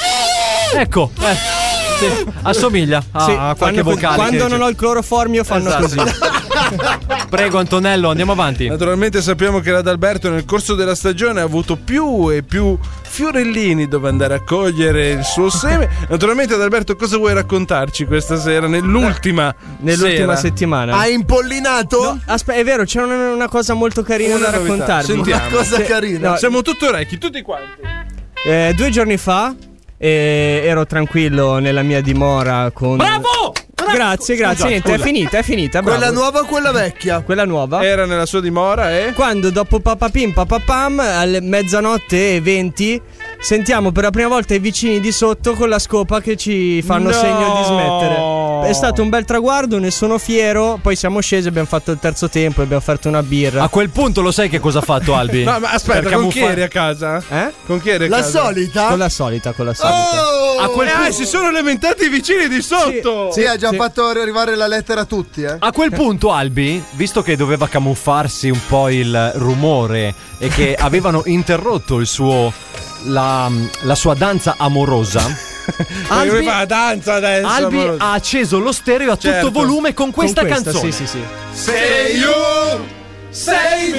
Ecco, eh, sì, assomiglia a, Sì, a qualche fanno- vocale. Quando che- non ho il cloroformio fanno Esatto. così. Prego, Antonello, andiamo avanti. Naturalmente sappiamo che l'Adalberto nel corso della stagione ha avuto più e più fiorellini dove andare a cogliere il suo seme. Naturalmente, Adalberto, cosa vuoi raccontarci questa sera? Nell'ultima, Nell'ultima sera? settimana. Hai impollinato? No, aspetta, è vero, c'è una, una cosa molto carina Una da novità. raccontarvi. Sentiamo. Una cosa Se- carina. no, Siamo tutti orecchi, tutti quanti. eh, due giorni fa eh, ero tranquillo nella mia dimora con. Bravo! Grazie, grazie. Scusa, Niente, scusa. è finita, è finita. Bravo. Quella nuova o quella vecchia? Quella nuova. Era nella sua dimora e. Quando dopo papapim papapam alle mezzanotte e venti sentiamo per la prima volta i vicini di sotto con la scopa che ci fanno No! segno di smettere. È stato un bel traguardo, ne sono fiero. Poi siamo scesi, abbiamo fatto il terzo tempo e abbiamo offerto una birra. A quel punto lo sai che cosa ha fatto Albi? No, ma aspetta, Per con chi camuffa- eri a casa? Eh? Con chi eri a La casa? solita? Con la solita, con la solita. Oh! A quel Eh, punto- ah, si sono lamentati i vicini di sotto. Sì, ha già sì. fatto arrivare la lettera a tutti, eh. A quel punto Albi, visto che doveva camuffarsi un po' il rumore e che avevano interrotto il suo la, la sua danza amorosa, Albi Albi, fa la danza adesso. Albi amoroso. ha acceso lo stereo a Certo. tutto volume con questa, Con questa, canzone. Sì, sì, sì. Sei you, sei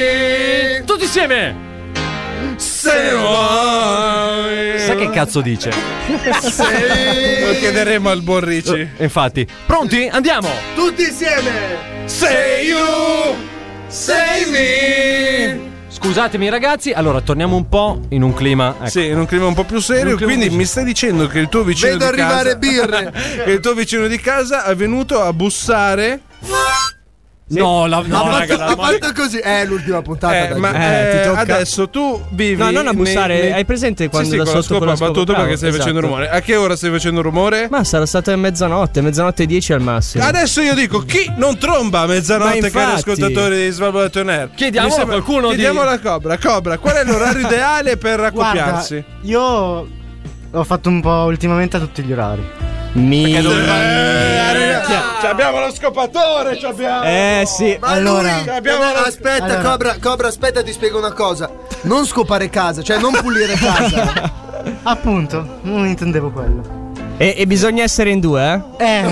me, Tutti insieme! se vuoi. Sai che cazzo dice? Lo chiederemo al buon Ricci. Infatti, pronti? Andiamo! Tutti insieme! Sei you, sei me. Scusatemi ragazzi, allora torniamo un po' in un clima. Ecco. Sì, in un clima un po' più serio. Un clima Quindi più- mi stai dicendo che il tuo vicino Vedo di arrivare casa birre. che il tuo vicino di casa è venuto a bussare. No, la, Ha no, fatto, raga, ha fatto così. È l'ultima puntata. Eh, dai. ma Eh, eh, ti tocca. adesso tu vivi. No, non a bussare. nei- nei- Hai presente quando sì, sì, da con la sotto scopa con la ha battuto scopa? perché stai Bravo, facendo esatto. rumore. A che ora stai facendo rumore? Ma sarà stato a mezzanotte, mezzanotte e dieci al massimo. Adesso io dico chi non tromba a mezzanotte, Ma cari infatti. ascoltatori di Svalvolato On Air? Chiediamolo Mi sembra- a qualcuno di- Chiediamo alla Cobra. Cobra, qual è l'orario ideale per Guarda, accoppiarsi? io ho fatto un po' ultimamente a tutti gli orari. Mi... Eh, Ci abbiamo lo scopatore, ci abbiamo. Eh sì. Ma Allora- lui, Abbiamo eh, la- aspetta, Allora- Cobra, Cobra, aspetta, ti spiego una cosa. Non scopare casa, cioè non pulire casa. Appunto, non intendevo quello. E, e bisogna essere in due, eh? Eh,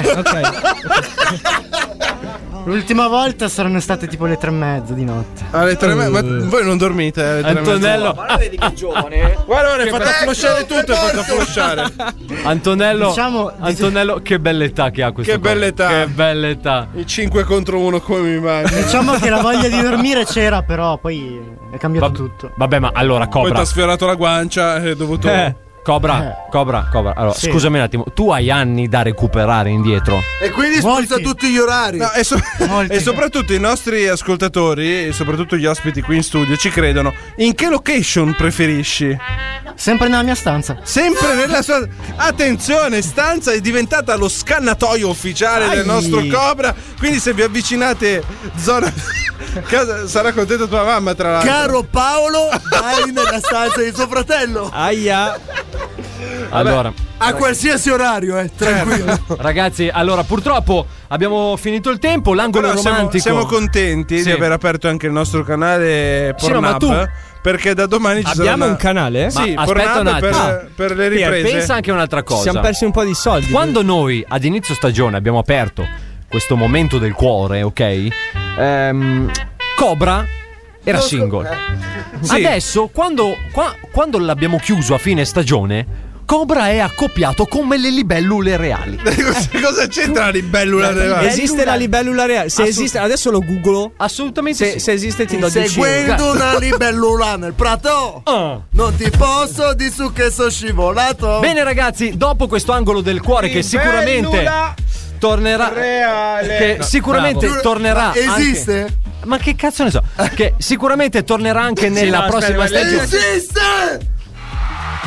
Ok. l'ultima volta saranno state tipo le tre e mezza di notte. Alle tre e me- ma voi non dormite? alle tre e mezza? Antonello, Ma la vedi che giovane? Guarda, ne hai fatto Ecco, flosciare tutto, hai fatto flosciare. Antonello, Diciamo- Antonello, che bella età che ha questo. Che qua. bella età. Che bella età. I cinque contro uno come mi manca. Diciamo che la voglia di dormire c'era, però poi è cambiato Va- tutto. Vabbè, ma allora Poi ti Cobra. ha sfiorato la guancia e hai dovuto. Eh. Cobra, Cobra, Cobra. Allora, Sì. scusami un attimo, tu hai anni da recuperare indietro. E quindi spulsa Molti. tutti gli orari. No, e, so- Molti. e soprattutto i nostri ascoltatori e soprattutto gli ospiti qui in studio ci credono. In che location preferisci? Sempre nella mia stanza. Sempre nella sua. Attenzione, stanza è diventata lo scannatoio ufficiale del Ai. nostro Cobra. Quindi se vi avvicinate, zona. Casa- sarà contenta tua mamma, tra l'altro. Caro Paolo, vai nella stanza di suo fratello. Aia. Allora, A qualsiasi orario, eh, tranquillo. ragazzi, allora purtroppo abbiamo finito il tempo. L'angolo Però siamo, romantico. siamo contenti Sì. di aver aperto anche il nostro canale Sì, no, ma Pornhub. tu- Perché da domani ci sarà Abbiamo una- un canale? Sì, Ma aspetta un Pornhub attimo. per, per le Pier, riprese. Pensa anche a un'altra cosa. Ci siamo persi un po' di soldi. Quando noi ad inizio stagione abbiamo aperto questo momento del cuore, ok? Ehm, Cobra era Non so- single. eh. Sì. Adesso, quando, qua- quando l'abbiamo chiuso a fine stagione, Cobra è accoppiato come le libellule reali. Cosa c'entra la libellula? Eh, Esiste la libellula reale? Se Assolut- esiste, adesso lo googlo. Assolutamente Se, sì. se esiste, ti do dieci euro. Seguendo una libellula nel prato. Ah. Non ti posso di su che sono scivolato. Bene ragazzi, dopo questo angolo del cuore che sicuramente Libellula tornerà reale. che No, sicuramente bravo. tornerà Ma esiste? anche- Ma che cazzo ne so? Che sicuramente tornerà anche nella no, prossima aspetta, stagione. Esiste!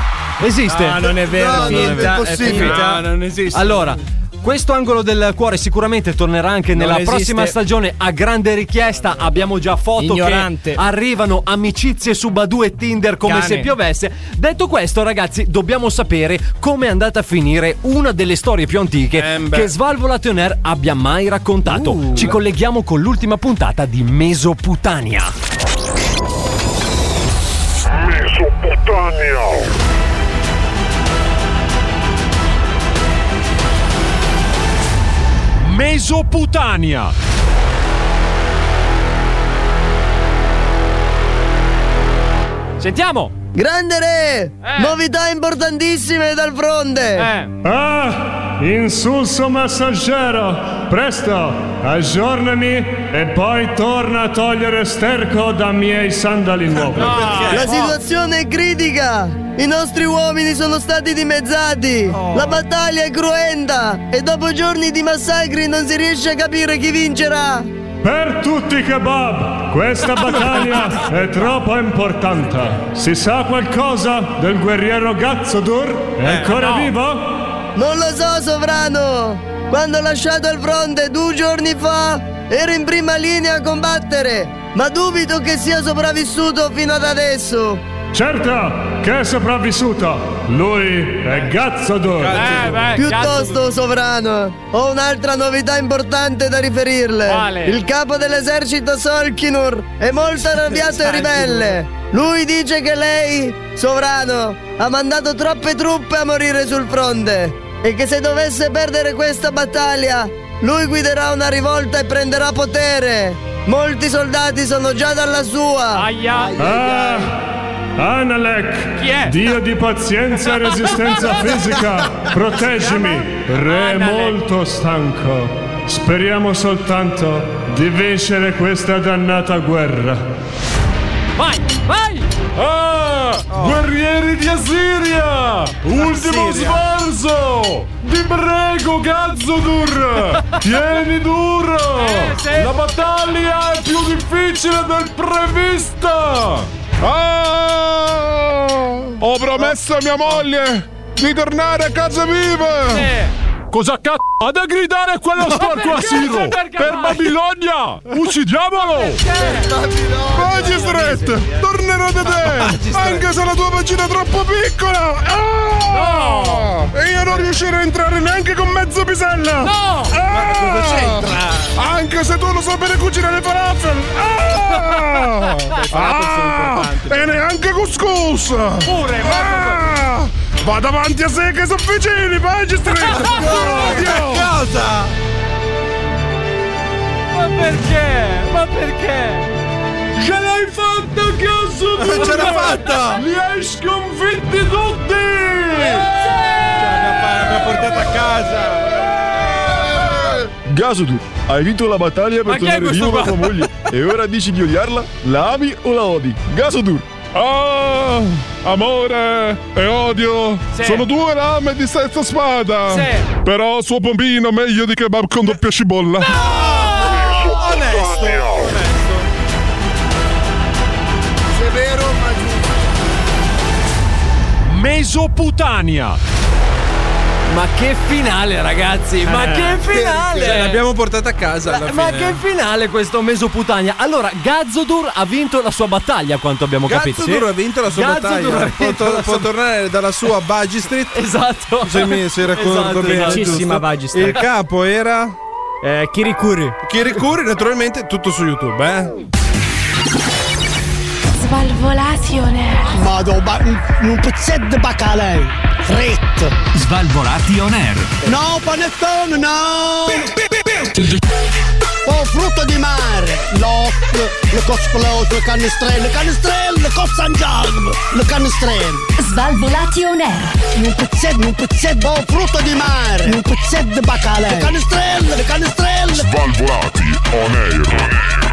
Esiste? No, non è vero, No, è non è finta, è possibile. finta. No, non esiste. Allora, questo angolo del cuore sicuramente tornerà anche nella esiste. prossima stagione a grande richiesta. Abbiamo già foto Ignorante. che arrivano, amicizie su Badoo e Tinder come Cane. se piovesse. Detto questo, ragazzi, dobbiamo sapere come è andata a finire una delle storie più antiche Eh, beh. che Svalvolati On Air abbia mai raccontato. Uh. Ci colleghiamo con l'ultima puntata di Mesopotamia. Mesopotamia. Mesopotamia. Sentiamo. Grande re! Eh. Novità importantissime dal fronte! Eh. Ah, insulso massaggero, presto, aggiornami e poi torna a togliere sterco da miei sandali nuovi. La situazione è critica! I nostri uomini sono stati dimezzati! La battaglia è cruenta! E dopo giorni di massacri non si riesce a capire chi vincerà! Per tutti i kebab, questa battaglia è troppo importante. Si sa qualcosa del guerriero Gazzodur? È ancora no. vivo? Non lo so, sovrano! Quando ho lasciato il fronte due giorni fa, ero in prima linea a combattere, ma dubito che sia sopravvissuto fino ad adesso. Certo che è sopravvissuto. Lui è Gazzodur. Eh, beh, Piuttosto, sovrano, ho un'altra novità importante da riferirle. Quale? Il capo dell'esercito Solkinur è molto arrabbiato e ribelle. Lui dice che lei, sovrano, ha mandato troppe truppe a morire sul fronte e che se dovesse perdere questa battaglia, lui guiderà una rivolta e prenderà potere. Molti soldati sono già dalla sua. Ah, Analek, Chi è? dio di pazienza e resistenza fisica, proteggimi, re Analek. molto stanco. Speriamo soltanto di vincere questa dannata guerra. Vai, vai! Ah, guerrieri di Assiria! Ultimo Assiria. sforzo! Vi prego, Gazzodur! Tieni duro! La battaglia è più difficile del previsto! Ah! Ho promesso a mia moglie di tornare a casa viva! Cosa cazzo ha da gridare quello sporco assiro? Per Babilonia! Uccidiamolo! Magistret, tornerò da te! Anche se la tua vagina è troppo piccola! Ah! E io non riuscirò a entrare neanche con mezzo pisella! No! Ah! Cosa c'entra? Anche se tu non sapere cucinare falafel! Ah! Ah! E neanche couscous! Pure, ah! Vado avanti a sé che sono vicini, Magistret! Cosa? Ma perché? Ma perché? Ce l'hai fatta, cazzo! Ce l'ha fatta! Li hai sconfitti tutti! L'abbiamo portata a casa! Gazzodur, hai vinto la battaglia Ma per chi è tornare questo vivo con qua? tua moglie e ora dici di odiarla? La ami o la odi? Gazzodur! Ah, amore e odio Sì. sono due lame di stessa spada. Sì. Però suo pompino meglio di kebab con doppia cipolla. Onesto! Severo ma giusto. Mesopotamia. Ma che finale, ragazzi! Ma Eh. che finale! Cioè, l'abbiamo portata a casa alla Ma fine. che finale questo Mesopotamia! Allora, Gazzodur ha vinto la sua battaglia, a quanto abbiamo capito. Gazzodur sì? ha vinto la sua Gazzodur battaglia. ha Può, vinto to- la può sua- tornare dalla sua Bagistrit. Esatto. Se, mi, se racconto Esatto, bene. esatto. Bellissima giusto? Bagistrit. Il capo era. Eh, Kirikuri. Kirikuri, naturalmente, tutto su YouTube, eh? Svalvolazione. Vado, ba- un, un pezzetto di baccalà. Fritto. Svalvolati On Air. No, panettone, no. Oh, frutto di mare. L'occhio, le cosplose, le canestrelle, le canestrelle, le cozzangiarme, le canestrelle. Svalvolati On Air. Un pezzetto, un pezzetto, oh, frutto di mare. Un pezzetto di baccalà. Le canestrelle, le canestrelle. Svalvolati On Air. No,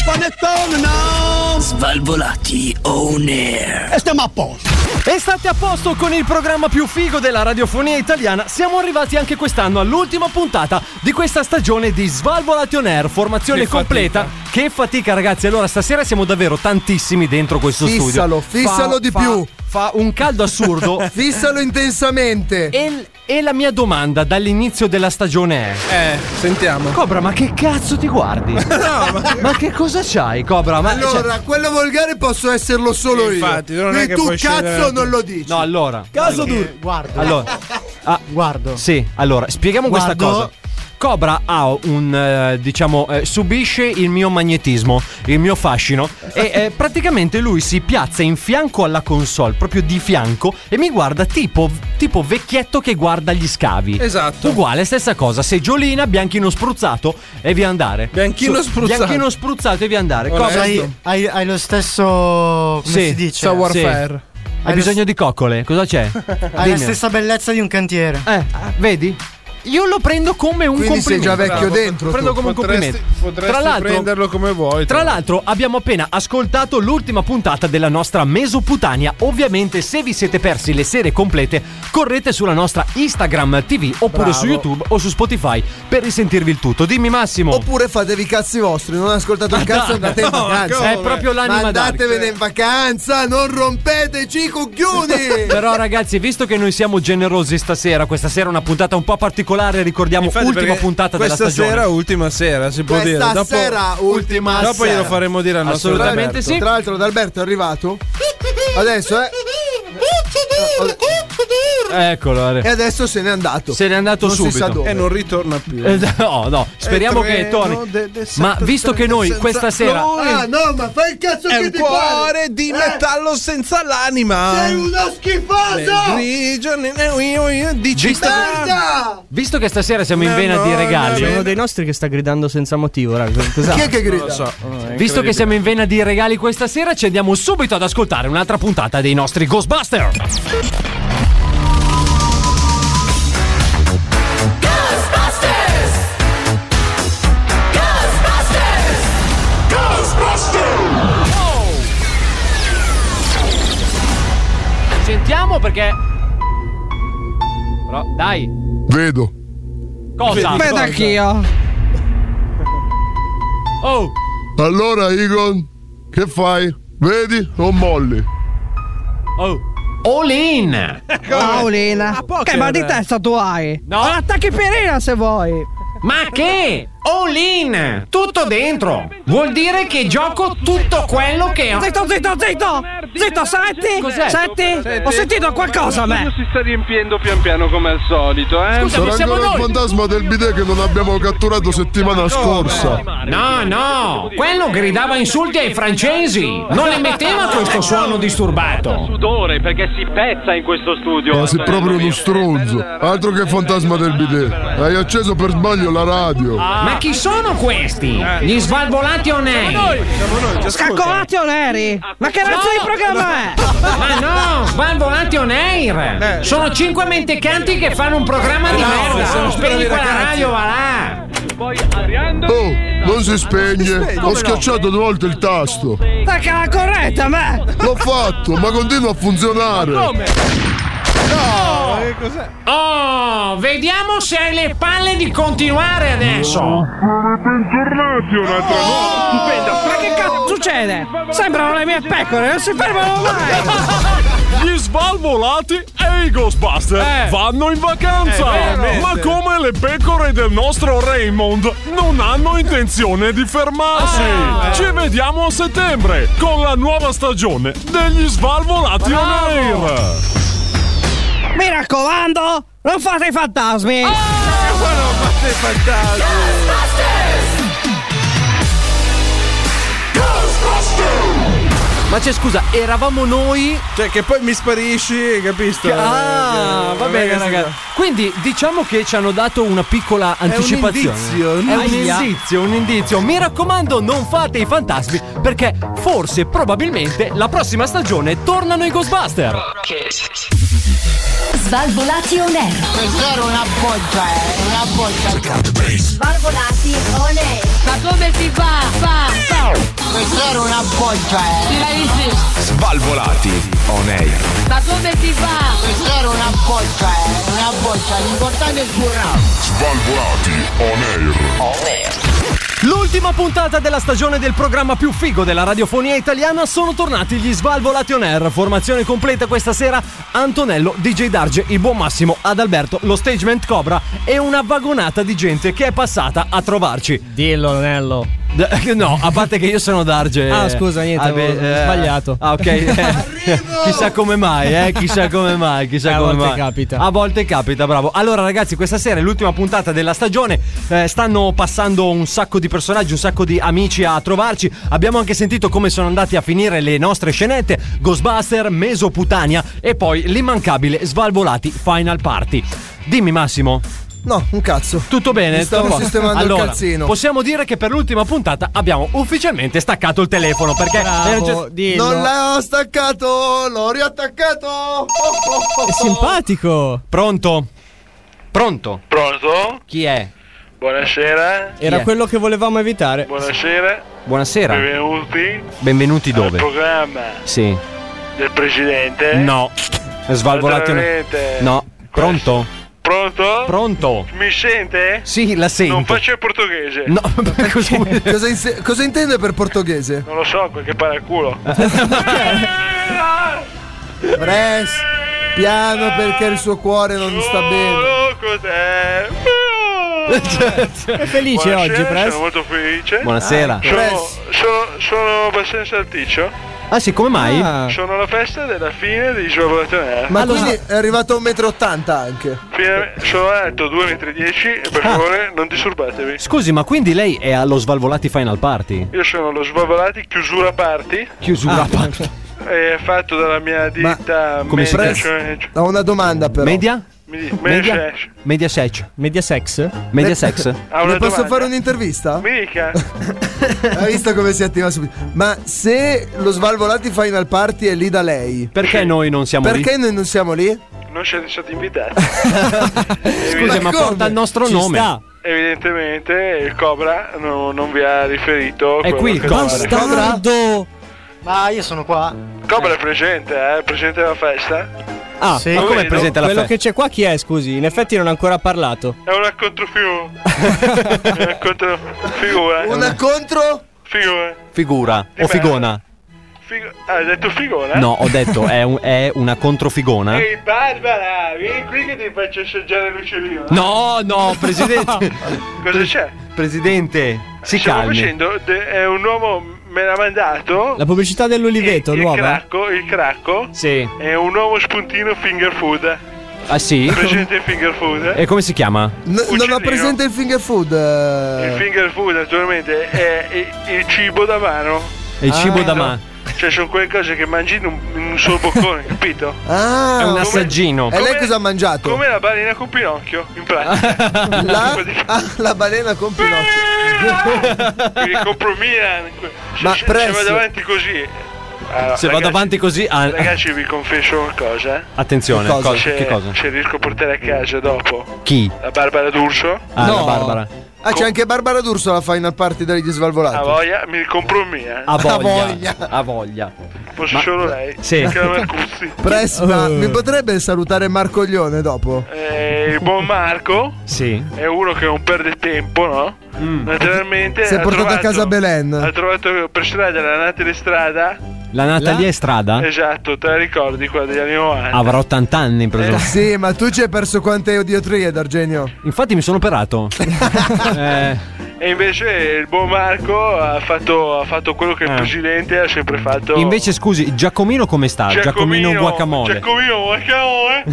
panettone, no! Svalvolati on air. E stiamo a posto. E state a posto con il programma più figo della radiofonia italiana. Siamo arrivati anche quest'anno all'ultima puntata di questa stagione di Svalvolati on air. Formazione che completa. fatica. Che fatica, ragazzi. Allora, stasera siamo davvero tantissimi dentro questo Fissalo, studio. fissalo Fa- di fa- più. Fa un caldo assurdo. Fissalo intensamente. E, e la mia domanda dall'inizio della stagione è: Eh, sentiamo. Cobra, ma che cazzo ti guardi? No, ma... ma che cosa c'hai, Cobra? Ma, Allora, cioè- quello volgare posso esserlo solo Sì, io. infatti, non è E che tu puoi cazzo scegliere- non lo dici. No, allora. Caso allora. duro. Guardo. Allora. Ah, Guardo. sì, allora, spieghiamo questa Guardo. cosa. Cobra ha un, eh, diciamo, eh, subisce il mio magnetismo, il mio fascino e eh, praticamente lui si piazza in fianco alla console, proprio di fianco, e mi guarda tipo, tipo vecchietto che guarda gli scavi. Esatto. Uguale, stessa cosa, seggiolina, bianchino spruzzato e via andare. Bianchino spruzzato. Bianchino spruzzato e via andare. Onesto. Cobra, Hai, hai, hai lo stesso. Come Sì, si dice? Sa warfare. hai bisogno di coccole? Cosa c'è? Hai la Dimmi. stessa bellezza di un cantiere. Eh, vedi? Io lo prendo come un Quindi sei complimento. già vecchio Bravo, dentro. Prendo tu. come un Potresti, complimento. potresti Tra l'altro, prenderlo come vuoi. Tra l'altro abbiamo appena ascoltato l'ultima puntata della nostra Mesoputania. Ovviamente se vi siete persi le serie complete correte sulla nostra Instagram T V oppure Bravo. su YouTube o su Spotify per risentirvi il tutto. Dimmi Massimo. Oppure fatevi i cazzi vostri, non ascoltate un cazzo e andate in no, vacanza. come? È proprio l'anima Ma dark. andatevene in vacanza, non rompeteci i cucchioni. Però ragazzi, visto che noi siamo generosi stasera, questa sera è una puntata un po' particolare, ricordiamo Infatti, ultima perché puntata della questa stagione. sera, ultima sera, si può Questa dire. Dopo, sera, ultima dopo sera. glielo faremo dire al nostro Assolutamente Alberto. sì. Tra l'altro, D'Alberto è arrivato. Adesso, eh. Eccolo. E adesso se n'è andato. Se n'è andato non subito. Si sa dove. E non ritorna più. Eh, no, no, speriamo È che treno torni. de- de- Ma sette- visto che noi senza questa sera lui. Ah, no, ma fai il cazzo È che un ti pare. cuore di Eh? metallo senza l'anima. Sei uno schifoso. Grigio, ne- ne- io- io- dici Visto- Merda! Visto che stasera siamo in No, vena no, di regali, no, C'è uno dei nostri che sta gridando senza motivo, raga. Cos'ha? Chi è che grida? Non lo so. visto che siamo in vena di regali questa sera, ci andiamo subito ad ascoltare un'altra puntata dei nostri Ghostbuster. Sentiamo perché. Però, dai, Vedo. cosa? Vedo anch'io. Oh, Allora, Egon, che fai? Vedi o molli? oh, all in. Paolina. A poker. Che mal di testa tu hai? No. Attacchi Perina se vuoi. Ma che? All in! Tutto dentro! Vuol dire che gioco tutto quello che ho. Zitto, zitto, zitto! Zitto, senti? Cos'è? Senti? Ho sentito qualcosa a me. Si sta riempiendo pian piano come al solito, eh? Scusa, Sarà siamo ancora il noi. fantasma del bidet che non abbiamo catturato settimana scorsa. No, no, quello gridava insulti ai francesi. Non emetteva questo suono disturbato. Sudore perché si pezza in questo studio. Ma sei proprio uno stronzo. Altro che fantasma del bidet. Hai acceso per sbaglio la radio. Ma chi sono questi? Gli Svalvolati on air. Scaccolati o neri? Ma che razza di programma è? Ma no, Svalvolati on air. Sono cinque mentecanti che fanno un programma di merda. Spegni quella radio, va là. Oh, non si spegne. Ho schiacciato due volte il tasto. Perché la corretta a me? L'ho fatto, ma continua a funzionare. No, che cos'è? Oh, vediamo se hai le palle di continuare adesso. Bentornati un'altra Oh, ma che cazzo succede? Sembrano le mie pecore, non si fermano mai. Gli Svalvolati e i Ghostbuster Eh. vanno in vacanza. Eh, veramente. Ma come le pecore del nostro Raymond non hanno intenzione di fermarsi. Ah. Ci vediamo a settembre con la nuova stagione degli Svalvolati on air. Mi raccomando, non fate i fantasmi. Ma non fate i fantasmi. Ma c'è scusa, eravamo noi. Cioè, che poi mi sparisci, capisci? Ah, Eh, va non è bene, che si- ragazzi. Quindi diciamo che ci hanno dato una piccola anticipazione. indizio, un È un indizio. indizio, un indizio. Mi raccomando, non fate i fantasmi, perché forse, probabilmente, la prossima stagione tornano i Ghostbuster. Svalvolati on air. Questa era una boccia, eh, una boccia. Svalvolati on air. Ma come si fa? Fa, fa. Questa era una boccia, eh. Sì, l'hai visto? Svalvolati on air. Ma come si fa? Questa era una boccia, eh. Una boccia, l'importante è sburrare. Svalvolati on air. On air. L'ultima puntata della stagione del programma più figo della radiofonia italiana, sono tornati gli Svalvolati on air. Formazione completa questa sera: Antonello, D J Darge, il buon Massimo, Adalberto, lo Stagement Cobra e una vagonata di gente che è passata a trovarci. Dillo, Nello. No, a parte che io sono Darge. Ah, scusa, niente, ah, beh, ho sbagliato. Ah, ok. Chissà come mai, eh, chissà come mai, chissà a come volte mai. capita. A volte capita, bravo. Allora, ragazzi, questa sera è l'ultima puntata della stagione. Eh, stanno passando un sacco di personaggi, un sacco di amici a trovarci. Abbiamo anche sentito come sono andati a finire le nostre scenette: Ghostbuster, Mesoputania e poi l'immancabile Svalvolati Final Party. Dimmi, Massimo. No, un cazzo. Tutto bene? Mi stavo Tutto- sistemando allora, il calzino. possiamo dire che per l'ultima puntata abbiamo ufficialmente staccato il telefono, perché Bravo, eh, dillo. Non l'ho staccato, l'ho riattaccato. Oh, oh, oh. È simpatico. Pronto? Pronto? Pronto? Chi è? Buonasera. Era è? quello che volevamo evitare. Buonasera. Buonasera. Benvenuti Benvenuti al dove? programma Sì. del presidente. No. Svalvolati. Naturalmente. No. Pronto? Pronto? Pronto? Mi sente? Sì, la sento. Non faccio il portoghese. No, cosa vuol dire? Cosa, inse- cosa intende per portoghese? Non lo so, quel che pare al culo. Pres, piano perché il suo cuore non sta bene. Oh, cos'è? È felice Buonasera, oggi, Pres? sono molto felice. Buonasera. Sono, Pres. sono, sono abbastanza alticcio. Ah sì, come mai? Ah. Sono alla festa della fine di Svalvolati on air. Ma quindi è arrivato a un metro e ottanta anche. Fine- sono alto due virgola dieci metri e per favore non disturbatevi. Scusi, ma quindi lei è allo Svalvolati Final Party? Io sono lo Svalvolati Chiusura Party, Chiusura Ah. party. è fatto dalla mia ditta come si Media, chiama? cioè- Ho una domanda però. Media? mi dica- Media? Media- Mediasex. Mediasex? Mediasex? Ha una Le posso domanda? fare un'intervista? Mi dica. Hai visto come si attiva subito? Ma se lo Svalvolati Final Party è lì da lei, Perché noi non siamo perché lì? noi non siamo lì? Non siete stati invitati. Scusa, ma, come? porta il nostro Ci nome. sta. Evidentemente il Cobra no- non vi ha riferito È quello qui il che Cobra. fare. Bastardo. Ma io sono qua. Cobra è presente, eh? È presente alla festa. Ah, Sì. Ma come è vedo. presente alla quello festa? che c'è qua chi è, scusi? In effetti non ha ancora parlato. È una controfigura. È una controfigura. Una contro? Figura. Figura Di o me. figona? Figo- ah, hai detto figura? No, ho detto è, un- è una controfigona. Ehi Barbara, vieni qui che ti faccio assaggiare l'uccellino. No, no, presidente. Cosa c'è? Presidente, si Stiamo calmi. facendo, de- è un uomo, me l'ha mandato. La pubblicità dell'Oliveto, il, il nuova? cracco, il cracco Sì. è un nuovo spuntino finger food. Ah sì? Presente il finger food? E come si chiama? N- non ho Uccellino. presente il finger food. eh. Il finger food naturalmente è il, il cibo da mano. È il cibo Ah. da mano. Cioè sono quelle cose che mangi in un, in un solo boccone, capito? Ah, È un come- assaggino. E lei cosa ha mangiato? Come la balena con Pinocchio, in pratica. La, ah, la balena con Pinocchio. Quindi compro Milan. Se, Ma se- se presso- vado avanti così. Allora, Se vado ragazzi, avanti così. ah, Ragazzi, vi confesso una cosa. attenzione, Cosa? cosa? Se, Che cosa? se riesco a portare a casa dopo Chi? la Barbara D'Urso, Ah, No. la Barbara. Ah, c'è anche Barbara D'Urso alla Final Party degli Svalvolati. a voglia, mi compro Mia. Ha voglia. voglia. Ha voglia. Fosse Ma- solo lei. Sì. Che la Marcuzzi. Press, ma mi potrebbe salutare Marcoglione dopo? Eh, il buon Marco Sì. è uno che non perde tempo, no? Mm. Naturalmente. Si è ha portato a trovato- casa Belen. Ha trovato per strada la Natalie Strada. La Natalia Strada? Esatto, te la ricordi quella degli anni novanta? Avrà ottanta anni in preso. Sì, ma tu ci hai perso quante idiotrie, D'Argenio? Infatti mi sono operato. eh, E invece il buon Marco ha fatto, ha fatto quello che il Eh. presidente ha sempre fatto. invece scusi, Giacomino come sta? Giacomino guacamole. Giacomino guacamole.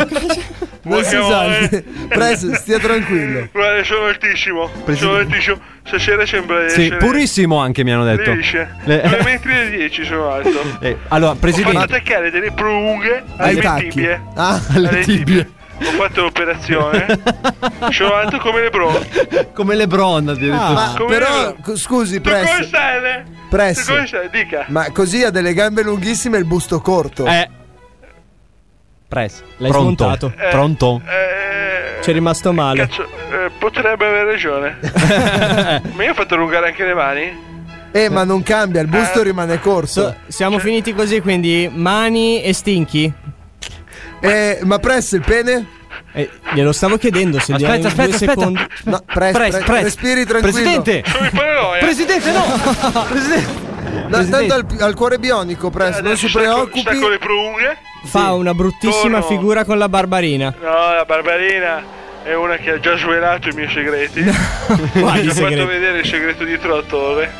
Non si Guacamole. sa. Press, stia tranquillo. Guarda, sono altissimo. Presidente. Sono altissimo. Stasera sembra di Sì, essere purissimo anche mi hanno detto. lisce. Le- due metri e dieci sono alto. Eh, allora, Ho fatto presidente. attaccare delle prolunghe Ai alle tacchi. tibie. Ah, Alle tibie. Ho fatto l'operazione. Sono alto come Lebron. Come Lebron addirittura. Ah, ma come però, io. co- scusi, Tu come Press. stai? Press. Tu come stai? Dica. Ma così ha delle gambe lunghissime e il busto corto. Eh. Press. L'hai Pronto? smontato. Eh, Pronto? Eh, C'è rimasto male. Cazzo, eh, potrebbe aver ragione. Ma io ho fatto allungare anche le mani. Eh, ma non cambia, il busto rimane corto. So- siamo finiti così, quindi mani e stinchi. Eh, ma Press, il pene? Eh, glielo stavo chiedendo se Aspetta, gli aspetta, due aspetta. secondi. No, Press, Press, Press, Press. respiri tranquillo. Presidente! Presidente, no! Presidente. No, tanto al, al cuore bionico, Press, non si preoccupi. Sta con le prunghe. Fa una bruttissima Torno. figura con la barbarina. No, la Barbarina è una che ha già svelato i miei segreti. Mi Quali ha segreti? fatto vedere il segreto dietro la torre.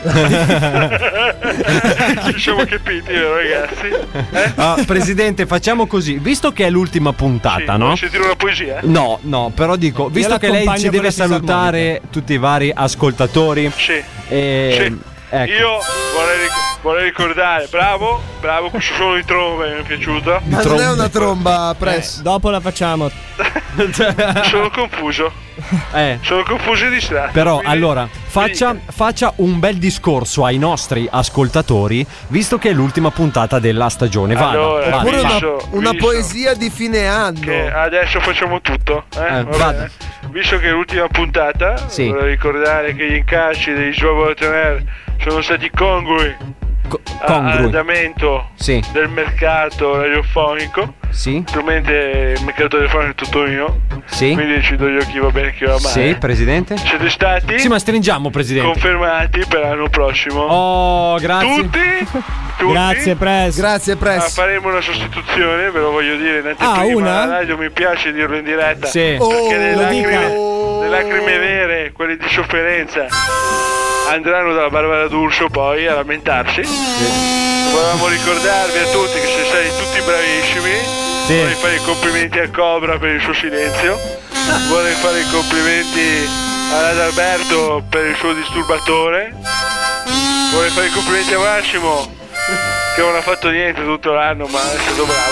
Ci siamo capiti, vero, ragazzi? Eh? Ah, Presidente, facciamo così. Visto che è l'ultima puntata, Sì, no? vuoi sentire una poesia? No, no, però dico, visto che lei l'accompagno ci con deve la salutare tutti i vari ascoltatori. Sì. E... Sì. Ecco. Io vorrei, ric- vorrei ricordare, bravo, bravo, questo suono di tromba mi è piaciuto. Ma non è una tromba, Press. Eh, dopo la facciamo. Sono confuso. Eh. Sono confuso e distratto. Però quindi- allora faccia, faccia un bel discorso ai nostri ascoltatori, visto che è l'ultima puntata della stagione. Vada, Allora, vada. Oppure una, Visto, una visto. poesia di fine anno. Che adesso facciamo tutto, eh? Eh, Va vada. bene? Visto che è l'ultima puntata, Sì. vorrei ricordare che gli incassi degli Svalvolati on Air sono stati congrui Co- a- congrui. all'andamento Sì. del mercato radiofonico. Sì. Attualmente il mercato radiofonico è tutto mio. Sì. Quindi decido io chi va bene e chi va male. Sì, Presidente. Siete stati Sì, ma stringiamo, Presidente. confermati per l'anno prossimo. Oh, grazie. Tutti? Tutti? Grazie, Press. Grazie, Ah, Press. faremo una sostituzione, ve lo voglio dire in anteprima. Ah, una? alla radio mi piace dirlo in diretta. Sì. Oh, Perché le lo lacrime, dica. le lacrime vere, quelle di sofferenza, andranno dalla Barbara D'Urso poi a lamentarsi. Volevamo ricordarvi a tutti che siete stati tutti bravissimi. Sì. Vorrei fare i complimenti a Cobra per il suo silenzio. Vorrei fare i complimenti ad Adalberto per il suo disturbatore. Vorrei fare i complimenti a Massimo che non ha fatto niente tutto l'anno ma è stato bravo.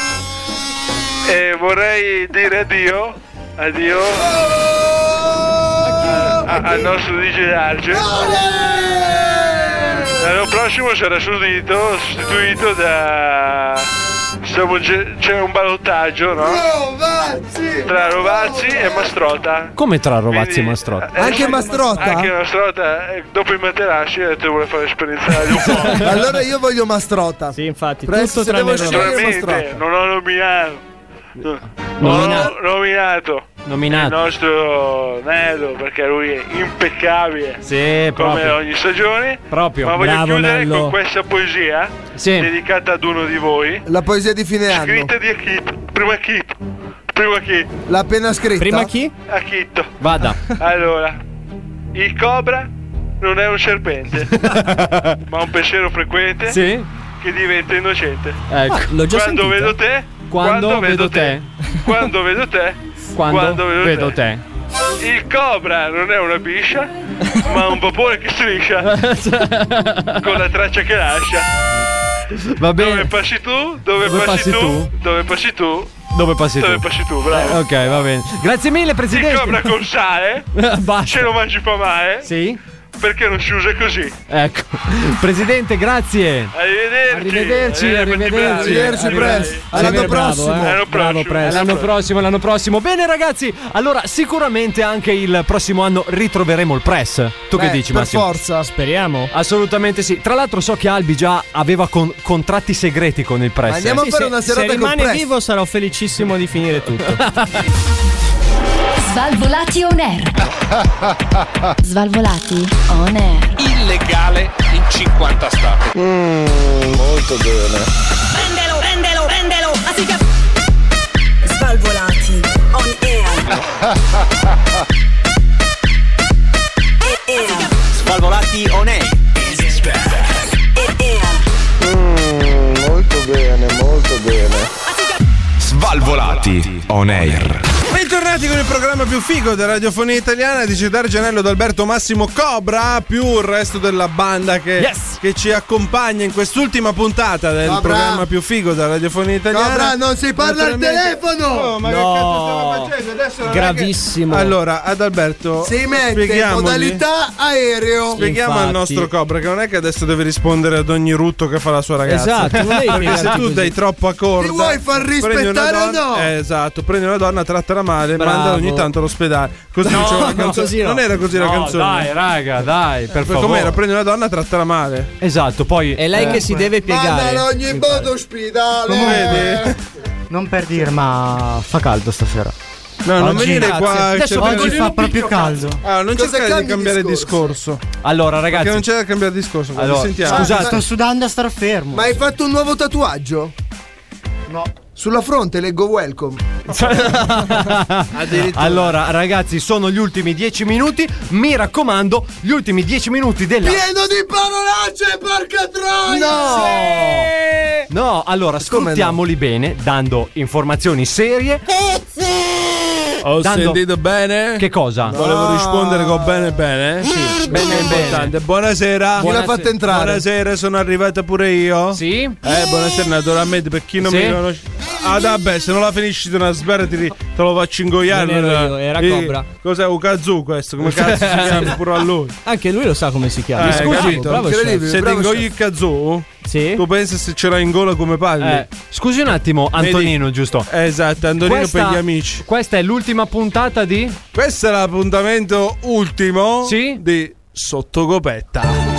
E vorrei dire addio, addio a- al nostro D J Darge. L'anno prossimo sarà sostituito, sostituito da... Siamo ge- c'è un ballottaggio, no? Rovazzi! Tra Rovazzi e Mastrota. Come tra Rovazzi e Quindi- Mastrota? Eh, Anche sì, Mastrota? Anche Mastrota, eh, dopo i materassi ha detto che vuole fare l'esperienza radio un po'. Allora io voglio Mastrota. Sì, infatti, Press, tutto se tranne devo il scegliere- romanzo. Naturalmente non ho nominato. Nomina- Ho nominato Nominato. il nostro Nello perché lui è impeccabile Sì, come proprio. ogni stagione. Proprio. Ma voglio Bravo, chiudere Nello. con questa poesia Sì. dedicata ad uno di voi. La poesia di fine anno. Scritta di Achito. Prima chi? Prima chi? L'ha appena scritta. Prima chi? Achito. Vada. Allora, il cobra non è un serpente, ma un pensiero frequente Sì. che diventa innocente. Ecco. L'ho già Quando sentita. vedo te, Quando vedo te. quando vedo te, Quando, vedo te. Il cobra non è una biscia, ma un vapore che striscia con la traccia che lascia. Va Dove bene. passi tu? Dove, Dove passi, passi tu? tu? Dove passi tu? Dove passi tu? Dove passi tu? Bravo. Eh, ok, va bene. Grazie mille, Il Presidente. cobra con sale, Basta. se lo mangi fa male, Sì. perché non si usa così. Ecco. Presidente, grazie. Arrivederci. Arrivederci, arrivederci. Arrivederci, Press. All'anno Bravo, prossimo. eh. L'anno Bravo, prossimo. Press. L'anno prossimo, l'anno prossimo. Bene, ragazzi. Allora, sicuramente anche il prossimo anno ritroveremo il Press. Tu che Beh, dici, per Massimo? forza. Speriamo. Assolutamente sì. Tra l'altro, so che Albi già aveva con- contratti segreti con il Press. Ma andiamo eh. a fare se, una serata se col rimane Press. vivo sarò felicissimo di finire tutto. Svalvolati on air. Svalvolati on air. Illegale in cinquanta stati. Molto bene. Prendelo, prendelo, prendelo. Así que... Svalvolati on air. Svalvolati on air. Molto bene, molto bene. Svalvolati on air. Bentornati con il programma più figo della radiofonia italiana. Dice Dargenello d'Alberto Massimo Cobra più il resto della banda che, Yes. che ci accompagna in quest'ultima puntata del Cobra. programma più figo della radiofonia italiana. Cobra, non si parla al Naturalmente- telefono! Oh, ma che No. cazzo stiamo facendo? Adesso non è che- Gravissimo. Allora, ad Alberto Si mette in spieghiamogli- modalità aereo. Spieghiamo al Infatti. nostro Cobra che non è che adesso deve rispondere ad ogni rutto che fa la sua ragazza. Esatto, non devi Perché se piegarti tu così. dai troppo a corda, Ti vuoi far prendi una rispettare o donna- no? eh, esatto, prendi una donna, trattala male, mandano ogni tanto all'ospedale. Così No, diceva la no, canzone. così no. Non era così la No, canzone. dai, raga, dai, per favore. Com'era? Prendi una donna, trattala male. Esatto, poi È lei che si deve piegare. Mandalo ogni modo ospedale. Non vedi? Non per dire, ma fa caldo stasera. No, non Oggi- venire grazie. qua. Adesso cercare oggi di- fa proprio caldo. Ah, non Cosa cercare di cambi cambiare discorso? discorso. allora, ragazzi, Perché non c'è da cambiare discorso. Allora, sentiamo. scusate. Sto sudando a star fermo. Ma hai fatto un nuovo tatuaggio? No. Sulla fronte leggo welcome. allora, ragazzi, sono gli ultimi dieci minuti. Mi raccomando, gli ultimi dieci minuti della. Pieno di parolacce, porca troia! No! No, allora, sfruttiamoli bene, dando informazioni serie. Ho Dando- sentito bene? Che cosa? Volevo rispondere con bene bene. Sì, bene bene, importante. Buonasera. Chi l'ha fatta entrare? Buonasera, sono arrivata pure io. Sì? Eh, buonasera, naturalmente, per chi non Sì? mi conosce. Ah, vabbè, se non la finisci di una sberra ti, te lo faccio ingoiare. Non ero io, era Eh, Cobra. Cos'è un kazoo questo? Come cazzo si chiama pure a lui? Anche lui lo sa come si chiama. Eh, Scusi, capito? bravo chef. Incredibile. Se ti bravo ingogli chef. il kazoo, Sì. tu pensi se ce l'hai in gola come parli? Eh, scusi un attimo, Antonino, giusto? Esatto, Antonino Questa- per gli amici. Questa è l'ultima puntata di. Questo è l'appuntamento ultimo Sì? di Sottocopetta.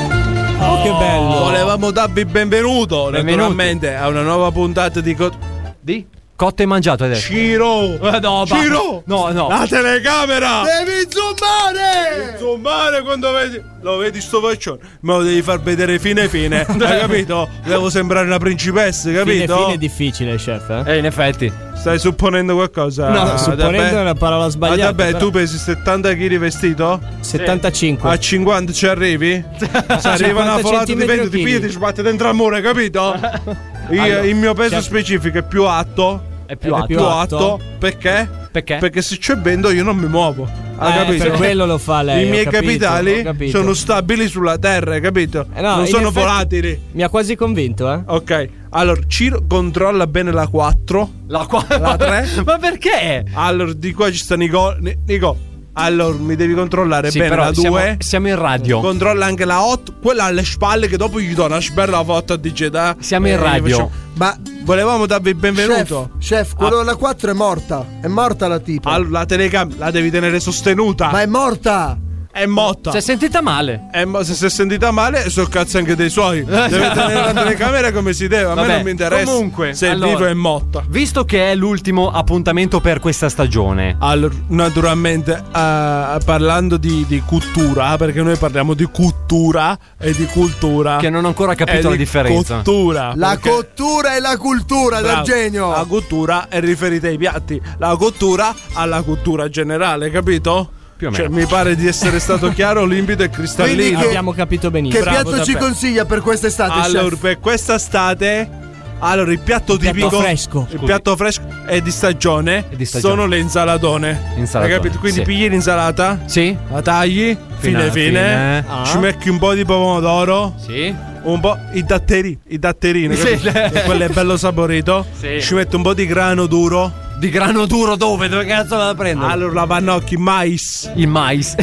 Oh, che bello. Volevamo darvi il benvenuto, Benvenuti. naturalmente, a una nuova puntata di Co- Di? Cotte e mangiato adesso. Ciro! Eh, no, ba- Ciro! No, no. La telecamera! Devi zoomare! Zoomare quando vedi. Lo vedi sto faccione? Me lo devi far vedere fine fine. Hai capito? Devo sembrare una principessa, Fine, capito? fine è difficile, chef. Eh? Eh, in effetti. Stai supponendo qualcosa? No, Ah, supponendo vabbè. è una parola sbagliata. Ah, vabbè, però. tu pesi settanta chili vestito? settantacinque. A cinquanta ci arrivi? Se arriva una folata di vento ti pigli e ti sbatte dentro al muro, hai capito? Io- Allora, il mio peso c'è- specifico è più alto. È più È alto. più Più alto? alto perché? Perché? Perché se c'è vento io non mi muovo. Hai Eh, capito? per quello lo fa lei. I ho miei capito, ho capitali capito. sono stabili sulla terra, hai capito? Eh no, non in sono effetti- volatili. Mi ha quasi convinto, eh. Ok, allora Ciro controlla bene la quattro. La qua. La tre? Ma perché? Allora di qua ci sta Nico. Ni- Nico. Allora mi devi controllare Sì, bene però la siamo, due. siamo in radio. Controlla anche la otto, quella alle spalle che dopo gli do una bella foto a digitare. Siamo in radio. Ma volevamo darvi il benvenuto. Chef, chef, quello della quattro è morta. È morta la tipa. Allora la telecamera la devi tenere sostenuta. Ma è morta! È morta. Si è sentita male. È mo- se si è sentita male, so cazzo anche dei suoi. Deve tenere la telecamera come si deve. A Vabbè, me non mi interessa. comunque, se allora, è vivo è morta. Visto che è l'ultimo appuntamento per questa stagione. Allora, naturalmente, eh, parlando di, di cultura, perché noi parliamo di cultura e di cultura. Che non ho ancora capito e la di differenza. Cottura. La perché- cottura e la cultura Bravo. del genio. La cottura è riferita ai piatti, la cottura alla cultura generale, capito? Più o Cioè, meno. mi pare di essere stato chiaro, limpido e cristallino. Quindi che- Abbiamo capito benissimo. Che Bravo, piatto ci davvero. consiglia per quest'estate, Allora, chef? per quest'estate, allora il piatto piatto tipico, fresco. il piatto fresco è di stagione, È di stagione. sono le insalatone. Insalatone, Hai capito? Quindi sì. pigli l'insalata, Sì? la tagli, fine alla fine, fine. Ah. ci metti un po' di pomodoro, Sì. un po' i datterini, i datterini, Sì. capito? Quello è bello saporito. Sì. Ci metti un po' di grano duro. Di grano duro dove? Dove cazzo la prendo? Allora la pannocchi mais. Il mais.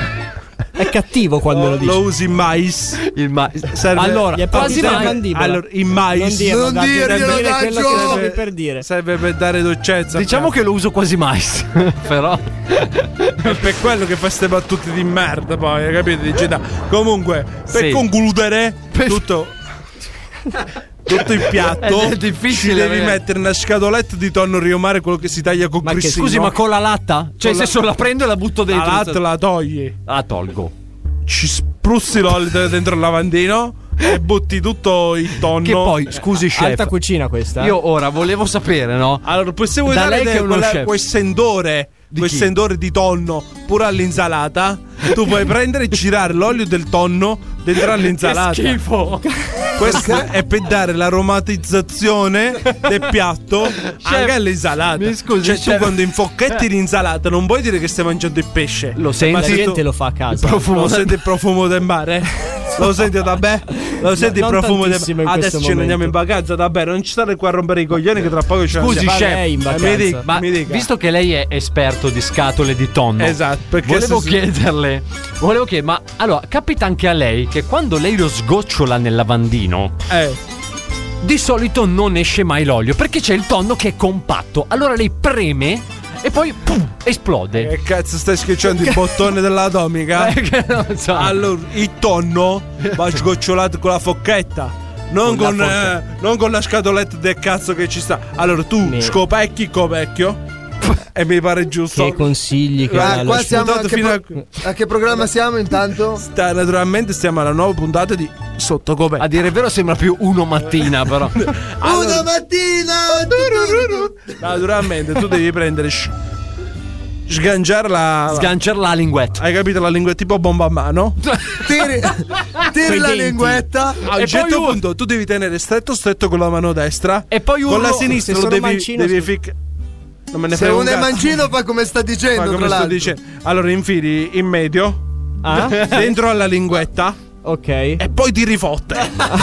È cattivo quando lo dici. Lo usi il mais. Il mais. Serve- Allora, Gli è quasi partita la mai. mandibola. Allora, il mais Non dirlo, Non dai, dirglielo, per dire dai, quello Gio! che stavi per dire. serve per dare dolcezza. Diciamo che lo uso quasi mais. Però. è per quello che fa ste battute di merda, poi, hai capito? Dici, dai. Comunque, per Sì. concludere tutto tutto il piatto, È difficile, ci devi perché- mettere una scatoletta di tonno riomare, quello che si taglia con Ma che grissino. scusi, ma con la latta? Cioè, Con se la- solo la prendo e la butto la dentro. latta la togli, La tolgo. ci spruzzi l'olio dentro il lavandino e butti tutto il tonno. Che poi, scusi, chef. Alta cucina questa. eh. Io ora volevo sapere, no? Allora, possiamo Da dare lei che è de- uno quella- chef. quel sendore, Di quel chi? sendore di tonno pure all'insalata. Tu puoi prendere e girare l'olio del tonno dentro all'insalata. Che schifo. Questo è per dare l'aromatizzazione del piatto anche all'insalata. mi scusi, cioè, chef. tu quando infocchetti l'insalata non puoi dire che stai mangiando il pesce. Lo Ma senti? La se tu- gente lo fa a casa. profumo Lo del- senti il profumo del mare? Lo senti da beh? Lo senti il non profumo del tantissimo in mare? questo Adesso ce ne andiamo in momento. vacanza da bene. Non ci state qua a rompere i coglioni che tra poco ci Scusi, andiamo. chef, lei in Eh, vacanza. mi dica, Ma mi dica. visto che lei è esperto di scatole di tonno, Esatto, perché volevo se- chiederle, volevo chiedere, ma allora capita anche a lei che quando lei lo sgocciola nel lavandino, Eh, di solito non esce mai l'olio perché c'è il tonno che è compatto. Allora lei preme e poi pum, esplode. Che cazzo stai schiacciando il bottone dell'atomica? Eh, che non so. Allora, il tonno va sgocciolato con la focchetta. Non Con con, la eh, non con la scatoletta del cazzo che ci sta. Allora tu Mi- scopecchi il copecchio. E mi pare giusto. Che consigli che Ah, dà qua lo siamo a sputato che, fino a- pro- a che programma siamo intanto? Sta- naturalmente stiamo alla nuova puntata di Sottocopecchio. A dire il vero sembra più uno mattina, però. Una mattina! Naturalmente tu devi prendere sh- sganciare la Sganciare la linguetta. Hai capito la lingua tipo bomba a mano? Tiri, tiri la linguetta. A un E certo poi punto tu devi tenere stretto stretto con la mano destra E poi con la urlo- sinistra se lo sono devi, mancino, devi scusa. fic- Non me ne Se frega un uno è cazzo. mancino fa come sta Ma dicendo, come tra sto l'altro. dicendo? Allora infili in medio Ah? dentro alla linguetta Ok. e poi ti rifotte.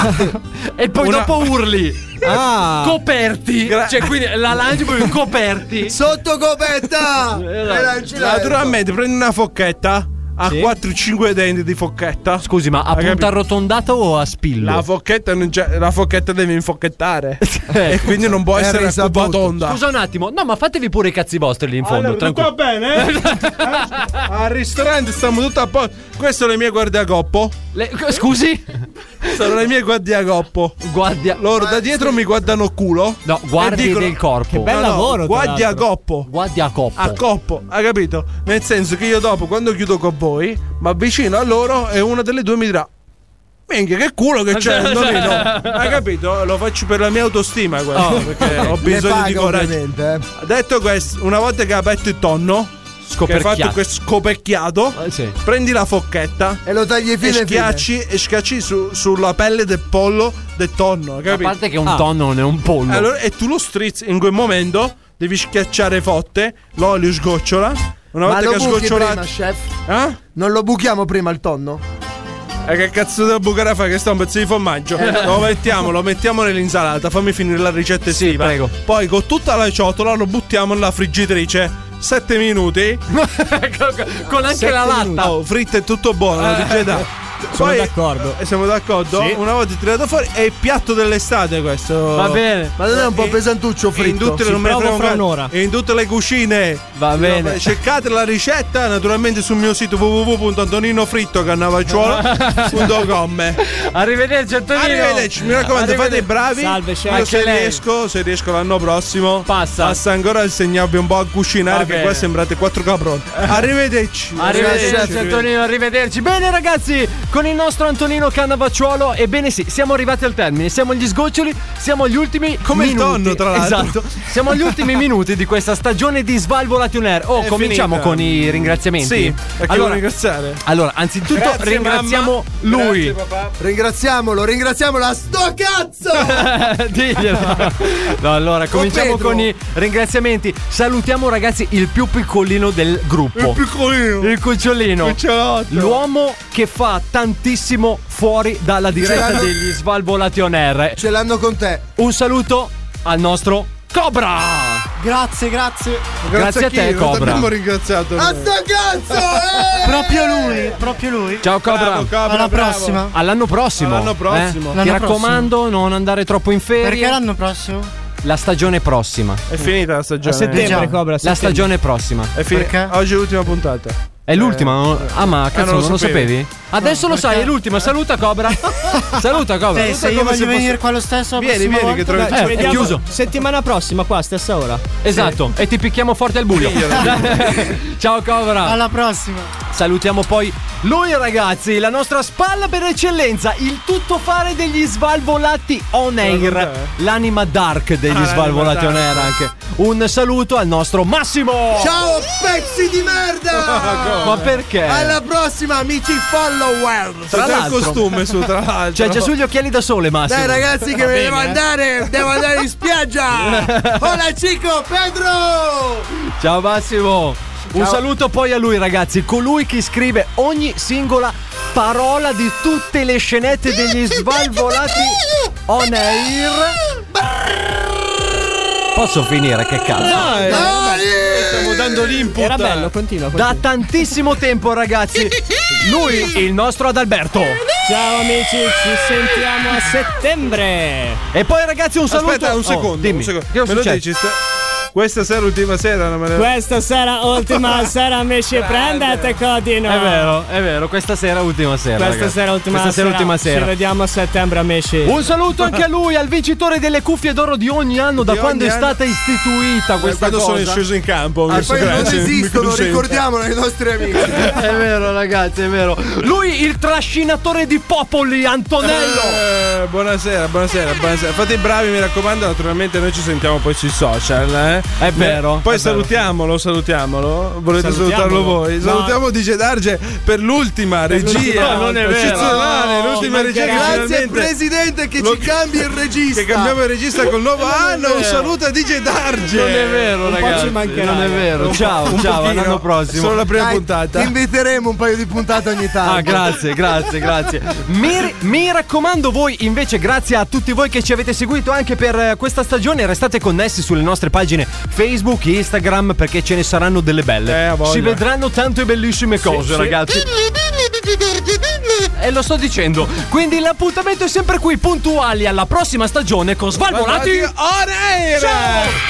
E poi Una- dopo urli. Ah. Coperti. Gra- Cioè, quindi la lanci poi coperti. Sotto copetta! E lanci la- Naturalmente prendi una focchetta a Sì. quattro cinque denti di focchetta. Scusi, ma a Hai punta capito? arrotondata o a spillo? La focchetta non c'è, la focchetta devi infocchettare e Ecco. quindi non può È essere a risaputo. cuba tonda. Scusa un attimo. No, ma fatevi pure i cazzi vostri lì in fondo, Allora, tutto tranquillo. bene? Eh? Al ristorante stiamo tutto a posto. Queste sono le mie guardiacoppo. Le- scusi? Sono le mie guardiacoppo. Guardia. Loro da dietro mi guardano culo. No, guardie e dicono- del corpo. Che bel No, no, lavoro, tra guardiacoppo. Guardia a coppo. A coppo, hai capito? Nel senso che io dopo, quando chiudo con voi, mi avvicino a loro e una delle due mi dirà: minchia, che culo che c'è, Antonino. Hai capito? Lo faccio per la mia autostima questo, Oh. perché ho Le bisogno paga, di coraggio. ovviamente, eh. Detto questo, una volta che hai aperto il tonno, che hai Scoperchiato. fatto questo scopecchiato, Eh, sì. prendi la focchetta E lo tagli e fine fine. schiacci, e schiacci su- sulla pelle del pollo del tonno, hai A capito? parte che un Ah. tonno non è un pollo. Allora, e tu lo strizzi in quel momento, devi schiacciare forte, l'olio sgocciola. Una Ma volta lo che ha buchi sgocciolato. prima, chef? Eh? Non lo buchiamo prima il tonno? E che cazzo devo bucare a fare? Che sta un pezzo di formaggio? Lo mettiamo, lo mettiamo nell'insalata. Fammi finire la ricetta estiva. prego. Poi con tutta la ciotola lo buttiamo nella friggitrice. Sette minuti. Con anche la latta. Oh, fritto è tutto buono, lo dice da. Sono Poi- d'accordo. E siamo d'accordo? Sì. Una volta tirato fuori è il piatto dell'estate questo. Va bene. Ma non è un po' E- pesantuccio In fritto? tutte, le, Ci non me ne provo frega un fra cazzo. un'ora. In tutte le cucine. Va bene. No, cercate la ricetta naturalmente sul mio sito w w w punto antoninofritto cannavacciuolo punto com. Arrivederci, Antonino. Arrivederci, mi raccomando, fate i bravi. Salve, chef. Io Anche se lei. riesco, se riesco l'anno prossimo, Passa. Passa ancora a insegnarvi un po' a cucinare, Va che bene. qua sembrate quattro caproni. Arrivederci. Arrivederci, Antonino, arrivederci. Bene, ragazzi, con il nostro Antonino Cannavacciuolo. Ebbene sì, siamo arrivati al termine. Siamo agli sgoccioli, siamo agli ultimi Come il minuti. tonno, tra l'altro. Esatto. Siamo agli ultimi minuti di questa stagione di Svalvolation Air. Oh, È cominciamo finita. con i ringraziamenti. Sì, perché allora, devo ringraziare. allora, anzitutto Grazie, ringraziamo mamma. lui. Grazie, papà. Ringraziamolo, ringraziamolo a sto cazzo! Diglielo. No, allora, cominciamo Pedro. con i ringraziamenti. Salutiamo, ragazzi, il più piccolino del gruppo. Il piccolino. Il cucciolino. Cucciolotto. L'uomo che fa tantissimo fuori dalla diretta l'hanno- degli Svalvolation Air. Ce l'hanno con te. Un saluto al nostro Cobra. Grazie, grazie. Grazie a chi? te, Non Cobra. abbiamo ringraziato. A noi. sto cazzo! Eh! Proprio lui, proprio lui. Ciao Cobra. Bravo, Cobra, Alla bravo. prossima. All'anno prossimo. All'anno prossimo. eh? Ti L'anno raccomando, non andare troppo in ferie. Perché l'anno prossimo? La stagione prossima. È finita la stagione. A settembre, Già. Cobra. a La settembre. stagione prossima. È finita. Perché? Oggi è l'ultima puntata. È l'ultima? Ah, ma cazzo, non lo non lo sapevi? sapevi? Adesso lo sai, è l'ultima. Saluta Cobra. Saluta Cobra. Eh, se io come voglio se fosse- venire qua lo stesso, la Vieni, prossima vieni, che volta? trovi- Eh, Ci è vediamo chiuso. settimana prossima qua, stessa ora. Esatto, e ti picchiamo forte al buio. Ciao Cobra. Alla prossima. Salutiamo poi lui, ragazzi, la nostra spalla per eccellenza, il tuttofare degli Svalvolati on air, l'anima dark degli Ah, Svalvolati on l'anima air dark. anche. Un saluto al nostro Massimo. Ciao pezzi di merda! Ma perché? Alla prossima, amici follower! Tra C'è il l'altro. costume su, tra l'altro. Cioè, c'è sugli occhiali da sole, Massimo. Dai ragazzi che Va me bene, devo eh. andare! Devo andare in spiaggia! Hola chico, Pedro! Ciao Massimo. Un Ciao. saluto poi a lui, ragazzi, colui che scrive ogni singola parola di tutte le scenette degli Svalvolati on air. Posso finire? Che cazzo? Dai, Dai! stiamo dando l'input. Era bello, continua. Da continua. tantissimo tempo, ragazzi. Lui, il nostro Adalberto. Ciao amici, ci sentiamo a settembre. E poi, ragazzi, un saluto. Aspetta un Oh, secondo. dimmi. un secondo. Che Me lo succede? dici? Sta- Questa sera ultima sera non me ne... Questa sera ultima sera mi ci prendete codino. È vero, è vero, questa sera ultima sera. Questa ragazzi. sera ultima questa sera. sera. ultima sera. Ci vediamo a settembre, amici. Un saluto anche a lui, al vincitore delle cuffie d'oro di ogni anno, da Di quando è ogni stata istituita questa quando cosa. sono sceso in campo. E poi non grazie, esistono, mi ricordiamolo ai nostri amici. È vero, ragazzi, è vero. Lui, il trascinatore di popoli, Antonello. Eh, buonasera, buonasera, buonasera. Fate i bravi, mi raccomando. Naturalmente noi ci sentiamo poi sui social. Eh? È vero. Poi è salutiamolo, salutiamolo. Volete Salutiamolo. salutarlo voi? No. Salutiamo D J Darge per l'ultima regia. l'ultima non è vero. eccezionale, No, l'ultima ci regia che mancherà. Grazie finalmente presidente che lo- ci cambi il regista. Che cambiamo il regista col nuovo anno. Un vero. saluto a D J Darge. Non è vero, Un po' ragazzi. ci mancherà, Non è vero. Un Ciao, po', un ciao, pochino. all'anno prossimo. Solo la prima Dai, puntata. Ti inviteremo un paio di puntate ogni tanto. Ah, grazie, grazie, grazie. Mi, mi raccomando, voi invece, grazie a tutti voi che ci avete seguito anche per eh, questa stagione. Restate connessi sulle nostre pagine Facebook, Instagram, perché ce ne saranno delle belle. Eh, a voglia. si vedranno tante bellissime cose, sì. ragazzi. E lo sto dicendo. Quindi l'appuntamento è sempre qui, puntuali alla prossima stagione con Svalvolati On Air. Ciao!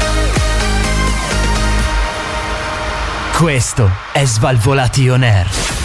Questo è Svalvolati On Air.